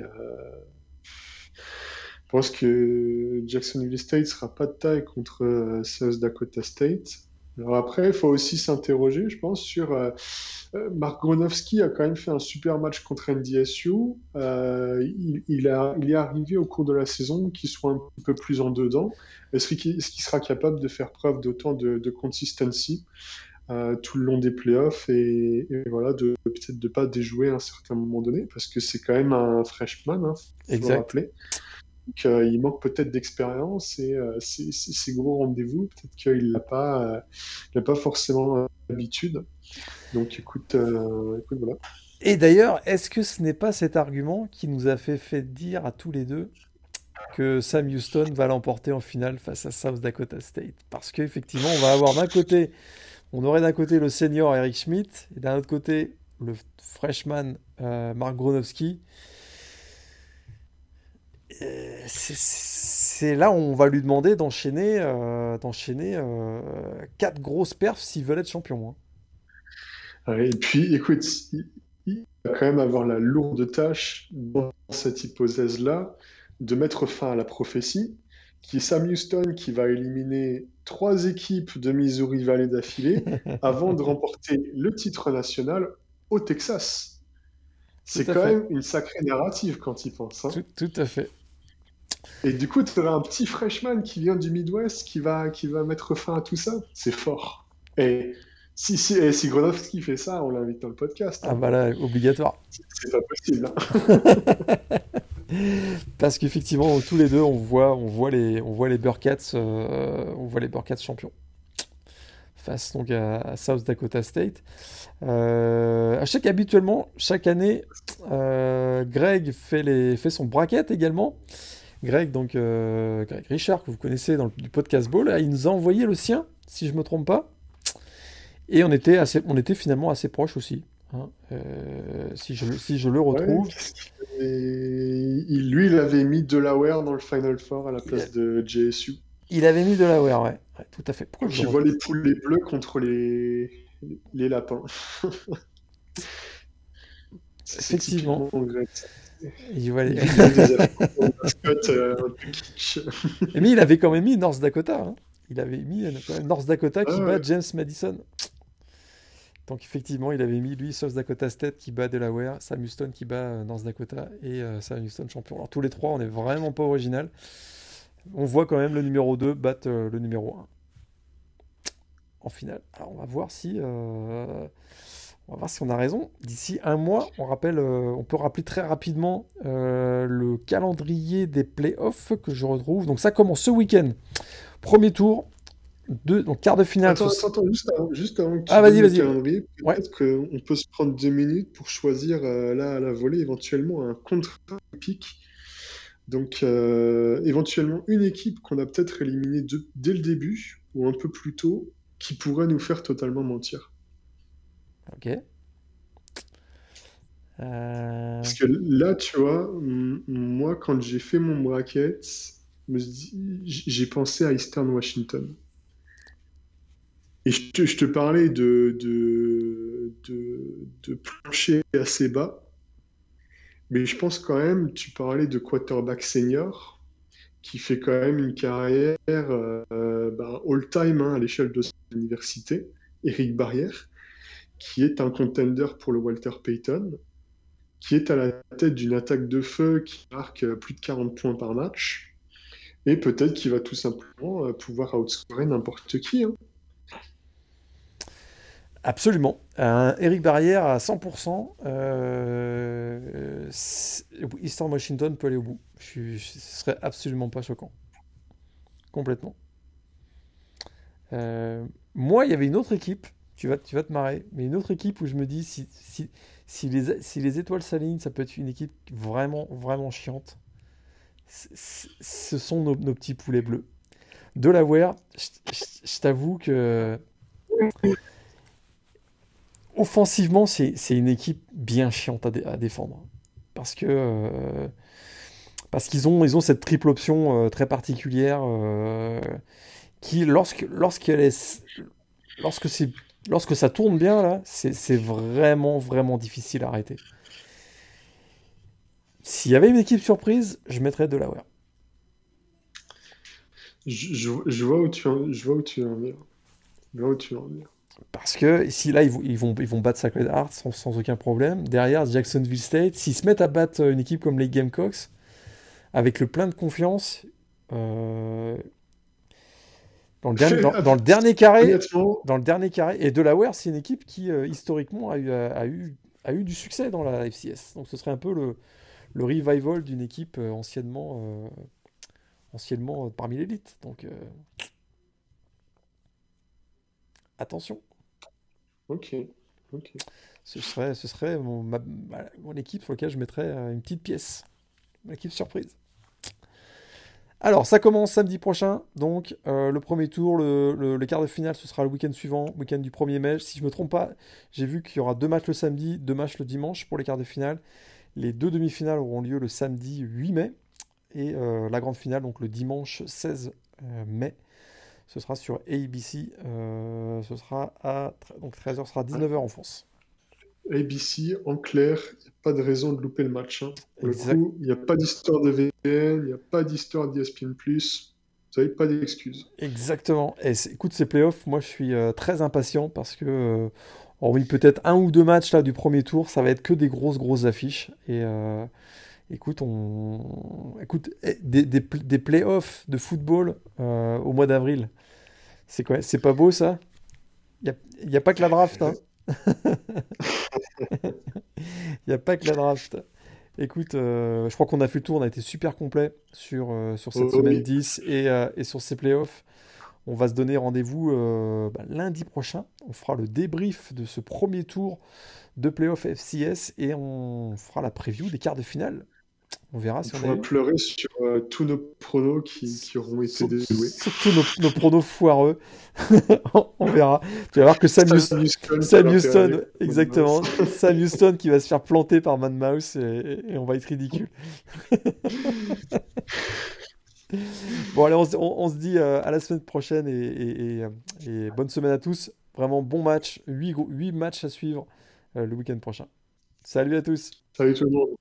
je pense que Jacksonville State sera pas de taille contre South Dakota State. Alors après, il faut aussi s'interroger, je pense, sur Mark Gronowski a quand même fait un super match contre NDSU. Il est arrivé au cours de la saison qu'il soit un petit peu plus en dedans. Est-ce qu'il sera capable de faire preuve d'autant de consistency tout le long des playoffs et voilà, peut-être de pas déjouer à un certain moment donné, parce que c'est quand même un freshman, hein, faut le Exact. rappeler. Donc, il manque peut-être d'expérience et ces gros rendez-vous, peut-être qu'il n'a pas forcément l'habitude. Donc écoute, voilà. Et d'ailleurs, est-ce que ce n'est pas cet argument qui nous a fait dire à tous les deux que Sam Houston va l'emporter en finale face à South Dakota State? Parce qu'effectivement, on aurait d'un côté le senior Eric Schmidt et d'un autre côté le freshman Mark Gronowski. c'est là où on va lui demander d'enchaîner 4 grosses perfs s'ils veulent être champions, hein. Ouais, et puis, écoute, il va quand même avoir la lourde tâche dans cette hypothèse-là de mettre fin à la prophétie, qui est Sam Houston qui va éliminer trois équipes de Missouri Valley d'affilée avant de remporter le titre national au Texas. Tout C'est à quand fait. même une sacrée narrative quand il pense, hein. Tout à fait. Et du coup, tu auras un petit freshman qui vient du Midwest qui va mettre fin à tout ça. C'est fort. Et si Gronowski fait ça, on l'invite dans le podcast, Ah hein. bah là, obligatoire. C'est pas possible, hein. Parce qu'effectivement, tous les deux, on voit les Bearcats, champions face donc à South Dakota State. Habituellement, chaque année, Greg fait son bracket également. Greg, donc Greg Richard, que vous connaissez du podcast Ball, il nous a envoyé le sien, si je me trompe pas. Et on était finalement assez proches aussi, hein. Si je le Ouais, retrouve, lui, il avait mis Delaware dans le Final Four à la il, a- place de JSU. il avait mis Delaware, ouais. Ouais, tout à fait. Pourquoi je le Tu vois retrouve? les poules, les bleus contre les lapins. C'est Effectivement. typiquement grec, ça. Il, voit les- Il a des affaires pour une mascotte un peu kitsch. Mais il avait quand même mis North Dakota, hein. Il avait mis quand même North Dakota Ah qui ouais. bat James Madison. Donc effectivement, il avait mis lui South Dakota State qui bat Delaware, Sam Houston qui bat North Dakota et Sam Houston champion. Alors tous les trois, on n'est vraiment pas original. On voit quand même le numéro 2 battre le numéro 1 en finale. Alors on va voir si on a raison. D'ici un mois, on peut rappeler très rapidement le calendrier des playoffs que je retrouve. Donc ça commence ce week-end. Premier tour, donc quart de finale. Attends, juste avant que tu Ah vas-y, donnes le vas-y. calendrier, Ouais. peut-être qu'on peut se prendre 2 minutes pour choisir là à la volée éventuellement un contre pick. Donc éventuellement une équipe qu'on a peut-être éliminée dès le début ou un peu plus tôt qui pourrait nous faire totalement mentir. Ok. Euh, Parce que là, tu vois, moi quand j'ai fait mon bracket, j'ai pensé à Eastern Washington. Et je te parlais de plancher assez bas, mais je pense quand même, tu parlais de quarterback senior, qui fait quand même une carrière all-time, hein, à l'échelle de son université, Éric Barrière, qui est un contender pour le Walter Payton, qui est à la tête d'une attaque de feu qui marque plus de 40 points par match, et peut-être qu'il va tout simplement pouvoir outscorer n'importe qui, hein. Absolument. Un Eric Barrière à 100%. Eastern Washington peut aller au bout. Ce serait absolument pas choquant. Complètement. Euh, Moi, il y avait une autre équipe. Tu vas te marrer. Mais une autre équipe où je me dis si les étoiles s'alignent, ça peut être une équipe vraiment, vraiment chiante. Ce sont nos petits poulets bleus. Delaware, je t'avoue que offensivement, c'est une équipe bien chiante à défendre. Parce qu'ils ont cette triple option très particulière qui, lorsque lorsque ça tourne bien, là, c'est vraiment, vraiment difficile à arrêter. S'il y avait une équipe surprise, je mettrais Delaware. Je vois où je vois où tu veux en venir. Je vois où tu veux en venir. Parce que si là, ils vont battre Sacred Heart sans aucun problème. Derrière, Jacksonville State, s'ils se mettent à battre une équipe comme les Gamecocks, avec le plein de confiance, euh, dans le dernier carré, Honnêtement, et Delaware, c'est une équipe qui, historiquement, a eu du succès dans la FCS. Donc ce serait un peu le revival d'une équipe anciennement parmi l'élite. Donc attention, ok, ok. ce serait mon équipe sur laquelle je mettrais une petite pièce. Mon équipe surprise. Alors, ça commence samedi prochain. Donc, le premier tour, le quart de finale, ce sera le week-end suivant, week-end du 1er mai. Si je ne me trompe pas, j'ai vu qu'il y aura 2 matchs le samedi, 2 matchs le dimanche pour les quarts de finale. Les 2 demi-finales auront lieu le samedi 8 mai. Et la grande finale, donc le dimanche 16 mai, ce sera sur ABC. Ce sera donc 13h, ce sera 19h en France. ABC, en clair, il n'y a pas de raison de louper le match, hein. Pour le Exact, coup, il n'y a pas d'histoire de VPN, il n'y a pas d'histoire d'ESPN+. Vous n'avez pas d'excuses. exactement. Et écoute, ces playoffs, moi je suis très impatient parce que, hormis peut-être un ou deux matchs là, du premier tour, ça va être que des grosses affiches. Et écoute, des playoffs de football au mois d'avril, c'est quoi? C'est pas beau ça? Il y a pas que la draft, hein. Il n'y a pas que la draft. Écoute, je crois qu'on a fait le tour, on a été super complet sur cette Oh semaine oui, 10 et sur ces playoffs. On va se donner rendez-vous lundi prochain. On fera le débrief de ce premier tour de playoff FCS et on fera la preview des quarts de finale. On verra on si on a pourra eu. pleurer sur tous nos pronos qui auront été déjoués. Surtout nos pronos foireux. On verra. Tu vas voir que Sam Houston qui a Sam l'intérêt Houston, avec Monmouth. exactement. Sam Houston qui va se faire planter par Man Mouse et on va être ridicule. Bon, allez, on se dit à la semaine prochaine et bonne semaine à tous. Vraiment bon match. 8 matchs à suivre le week-end prochain. Salut à tous. Salut tout le monde.